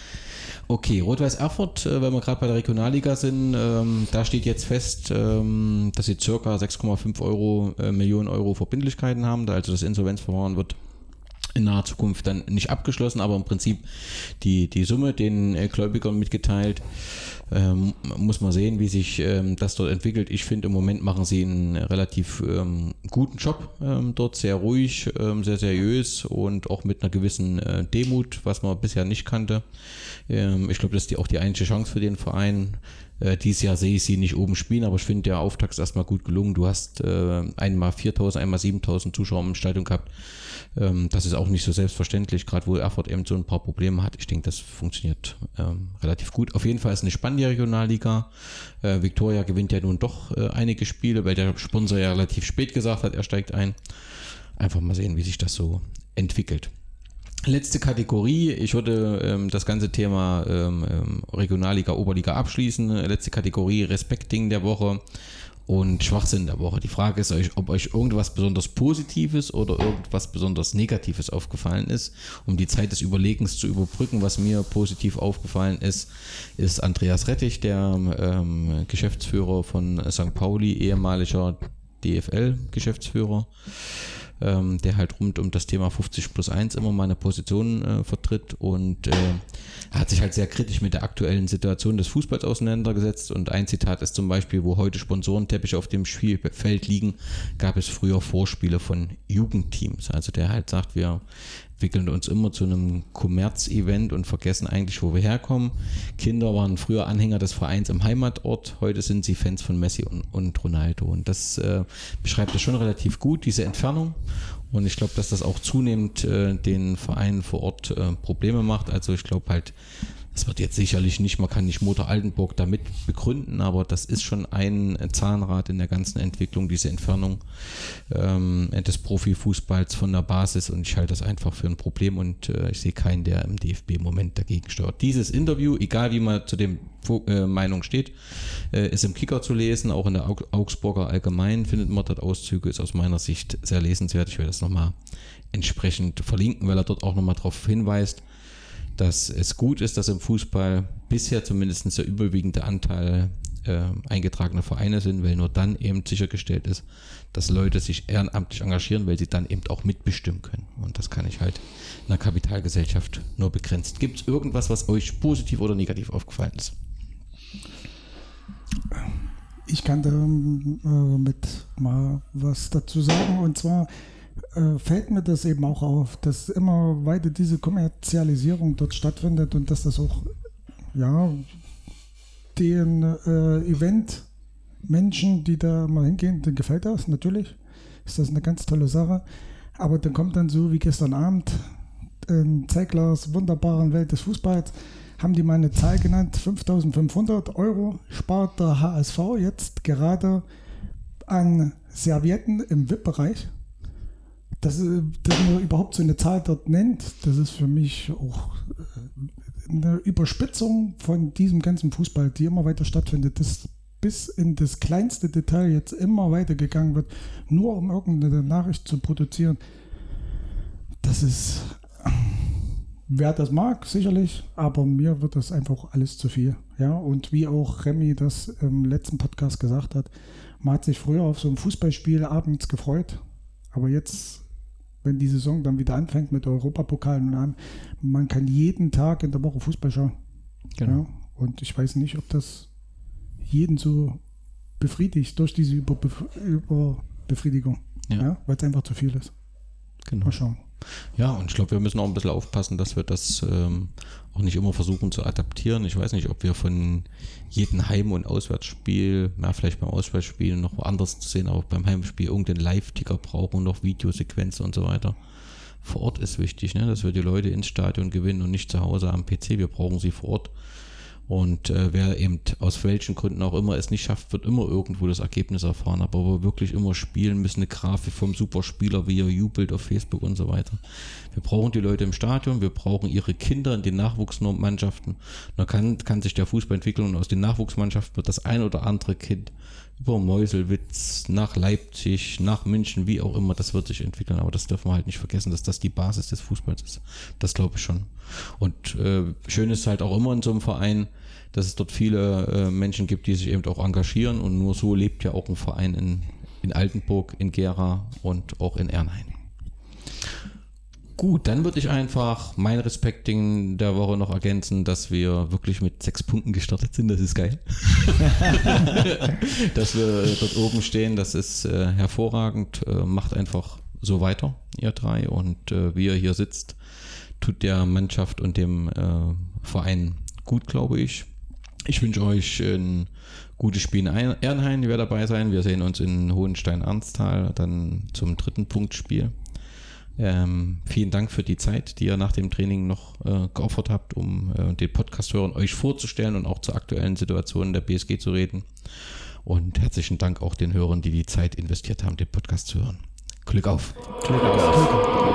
Okay, Rot-Weiß Erfurt, wenn wir gerade bei der Regionalliga sind, da steht jetzt fest, dass sie ca. 6,5 Millionen Euro Verbindlichkeiten haben, also das Insolvenzverfahren wird in naher Zukunft dann nicht abgeschlossen, aber im Prinzip die Summe den Gläubigern mitgeteilt. Muss man sehen, wie sich das dort entwickelt. Ich finde, im Moment machen sie einen relativ guten Job dort, sehr ruhig, sehr seriös und auch mit einer gewissen Demut, was man bisher nicht kannte. Ich glaube, das ist auch die einzige Chance für den Verein. Dieses Jahr sehe ich sie nicht oben spielen, aber ich finde, der Auftakt ist erstmal gut gelungen. Du hast einmal 4.000, einmal 7.000 Zuschauer im Stadion gehabt. Das ist auch nicht so selbstverständlich, gerade wo Erfurt eben so ein paar Probleme hat. Ich denke, das funktioniert relativ gut. Auf jeden Fall ist eine spannende Regionalliga. Viktoria gewinnt ja nun doch einige Spiele, weil der Sponsor ja relativ spät gesagt hat, er steigt ein. Einfach mal sehen, wie sich das so entwickelt. Letzte Kategorie, ich würde das ganze Thema Regionalliga, Oberliga abschließen. Letzte Kategorie, Respektding der Woche und Schwachsinn der Woche. Die Frage ist, ob euch irgendwas besonders Positives oder irgendwas besonders Negatives aufgefallen ist. Um die Zeit des Überlegens zu überbrücken, was mir positiv aufgefallen ist Andreas Rettich, der Geschäftsführer von St. Pauli, ehemaliger DFL-Geschäftsführer, der halt rund um das Thema 50+1 immer mal eine Position vertritt und er hat sich halt sehr kritisch mit der aktuellen Situation des Fußballs auseinandergesetzt und ein Zitat ist zum Beispiel, wo heute Sponsorenteppiche auf dem Spielfeld liegen, gab es früher Vorspiele von Jugendteams, also der halt sagt, wir entwickeln uns immer zu einem Kommerzevent und vergessen eigentlich, wo wir herkommen. Kinder waren früher Anhänger des Vereins im Heimatort, heute sind sie Fans von Messi und Ronaldo. Und das beschreibt das schon relativ gut, diese Entfernung. Und ich glaube, dass das auch zunehmend den Vereinen vor Ort Probleme macht. Also ich glaube halt, das wird jetzt sicherlich nicht, man kann nicht Motor Altenburg damit begründen, aber das ist schon ein Zahnrad in der ganzen Entwicklung, diese Entfernung des Profifußballs von der Basis, und ich halte das einfach für ein Problem und ich sehe keinen, der im DFB im Moment dagegen steuert. Dieses Interview, egal wie man zu dem Meinung steht, ist im Kicker zu lesen, auch in der Augsburger Allgemein findet man dort Auszüge, ist aus meiner Sicht sehr lesenswert. Ich werde das nochmal entsprechend verlinken, weil er dort auch nochmal darauf hinweist, dass es gut ist, dass im Fußball bisher zumindest der überwiegende Anteil eingetragene Vereine sind, weil nur dann eben sichergestellt ist, dass Leute sich ehrenamtlich engagieren, weil sie dann eben auch mitbestimmen können. Und das kann ich halt in einer Kapitalgesellschaft nur begrenzt. Gibt es irgendwas, was euch positiv oder negativ aufgefallen ist? Ich kann da mit mal was dazu sagen, und zwar fällt mir das eben auch auf, dass immer weiter diese Kommerzialisierung dort stattfindet und dass das auch, ja, den Event-Menschen, die da mal hingehen, denen gefällt das, natürlich, ist das eine ganz tolle Sache, aber dann kommt dann so wie gestern Abend in Zeiglers wunderbaren Welt des Fußballs, haben die mal eine Zahl genannt, 5.500 € spart der HSV jetzt gerade an Servietten im VIP-Bereich. Dass man überhaupt so eine Zahl dort nennt, das ist für mich auch eine Überspitzung von diesem ganzen Fußball, die immer weiter stattfindet, dass bis in das kleinste Detail jetzt immer weiter gegangen wird, nur um irgendeine Nachricht zu produzieren. Das ist, wer das mag, sicherlich, aber mir wird das einfach alles zu viel. Ja? Und wie auch Remy das im letzten Podcast gesagt hat, man hat sich früher auf so ein Fußballspiel abends gefreut, aber jetzt, wenn die Saison dann wieder anfängt mit Europapokalen und an, man kann jeden Tag in der Woche Fußball schauen. Genau. Ja, und ich weiß nicht, ob das jeden so befriedigt durch diese Überbefriedigung. Ja, weil es einfach zu viel ist. Genau. Mal schauen. Ja, und ich glaube, wir müssen auch ein bisschen aufpassen, dass wir das auch nicht immer versuchen zu adaptieren. Ich weiß nicht, ob wir von jedem Heim- und Auswärtsspiel, vielleicht beim Auswärtsspiel noch woanders zu sehen, aber beim Heimspiel irgendeinen Live-Ticker brauchen, noch Videosequenzen und so weiter. Vor Ort ist wichtig, ne, dass wir die Leute ins Stadion gewinnen und nicht zu Hause am PC. Wir brauchen sie vor Ort. Und wer eben aus welchen Gründen auch immer es nicht schafft, wird immer irgendwo das Ergebnis erfahren. Aber wo wir wirklich immer spielen müssen, eine Grafik vom Superspieler, wie er jubelt auf Facebook und so weiter. Wir brauchen die Leute im Stadion, wir brauchen ihre Kinder in den Nachwuchsmannschaften. Da kann sich der Fußball entwickeln und aus den Nachwuchsmannschaften wird das ein oder andere Kind über Meuselwitz, nach Leipzig, nach München, wie auch immer, das wird sich entwickeln. Aber das dürfen wir halt nicht vergessen, dass das die Basis des Fußballs ist. Das glaube ich schon. Und schön ist halt auch immer in so einem Verein, dass es dort viele Menschen gibt, die sich eben auch engagieren, und nur so lebt ja auch ein Verein in Altenburg, in Gera und auch in Ernheim. Gut, dann würde ich einfach mein Respekting der Woche noch ergänzen, dass wir wirklich mit 6 Punkten gestartet sind. Das ist geil. Dass wir dort oben stehen, das ist hervorragend. Macht einfach so weiter, ihr drei. Und wie ihr hier sitzt, tut der Mannschaft und dem Verein gut, glaube ich. Ich wünsche euch ein gutes Spiel in Ernheim. Ich werde dabei sein. Wir sehen uns in Hohenstein-Ernsthal dann zum 3. Punktspiel. Vielen Dank für die Zeit, die ihr nach dem Training noch geopfert habt, um den Podcast-Hörern euch vorzustellen und auch zur aktuellen Situation der BSG zu reden. Und herzlichen Dank auch den Hörern, die die Zeit investiert haben, den Podcast zu hören. Glück auf! Glück auf!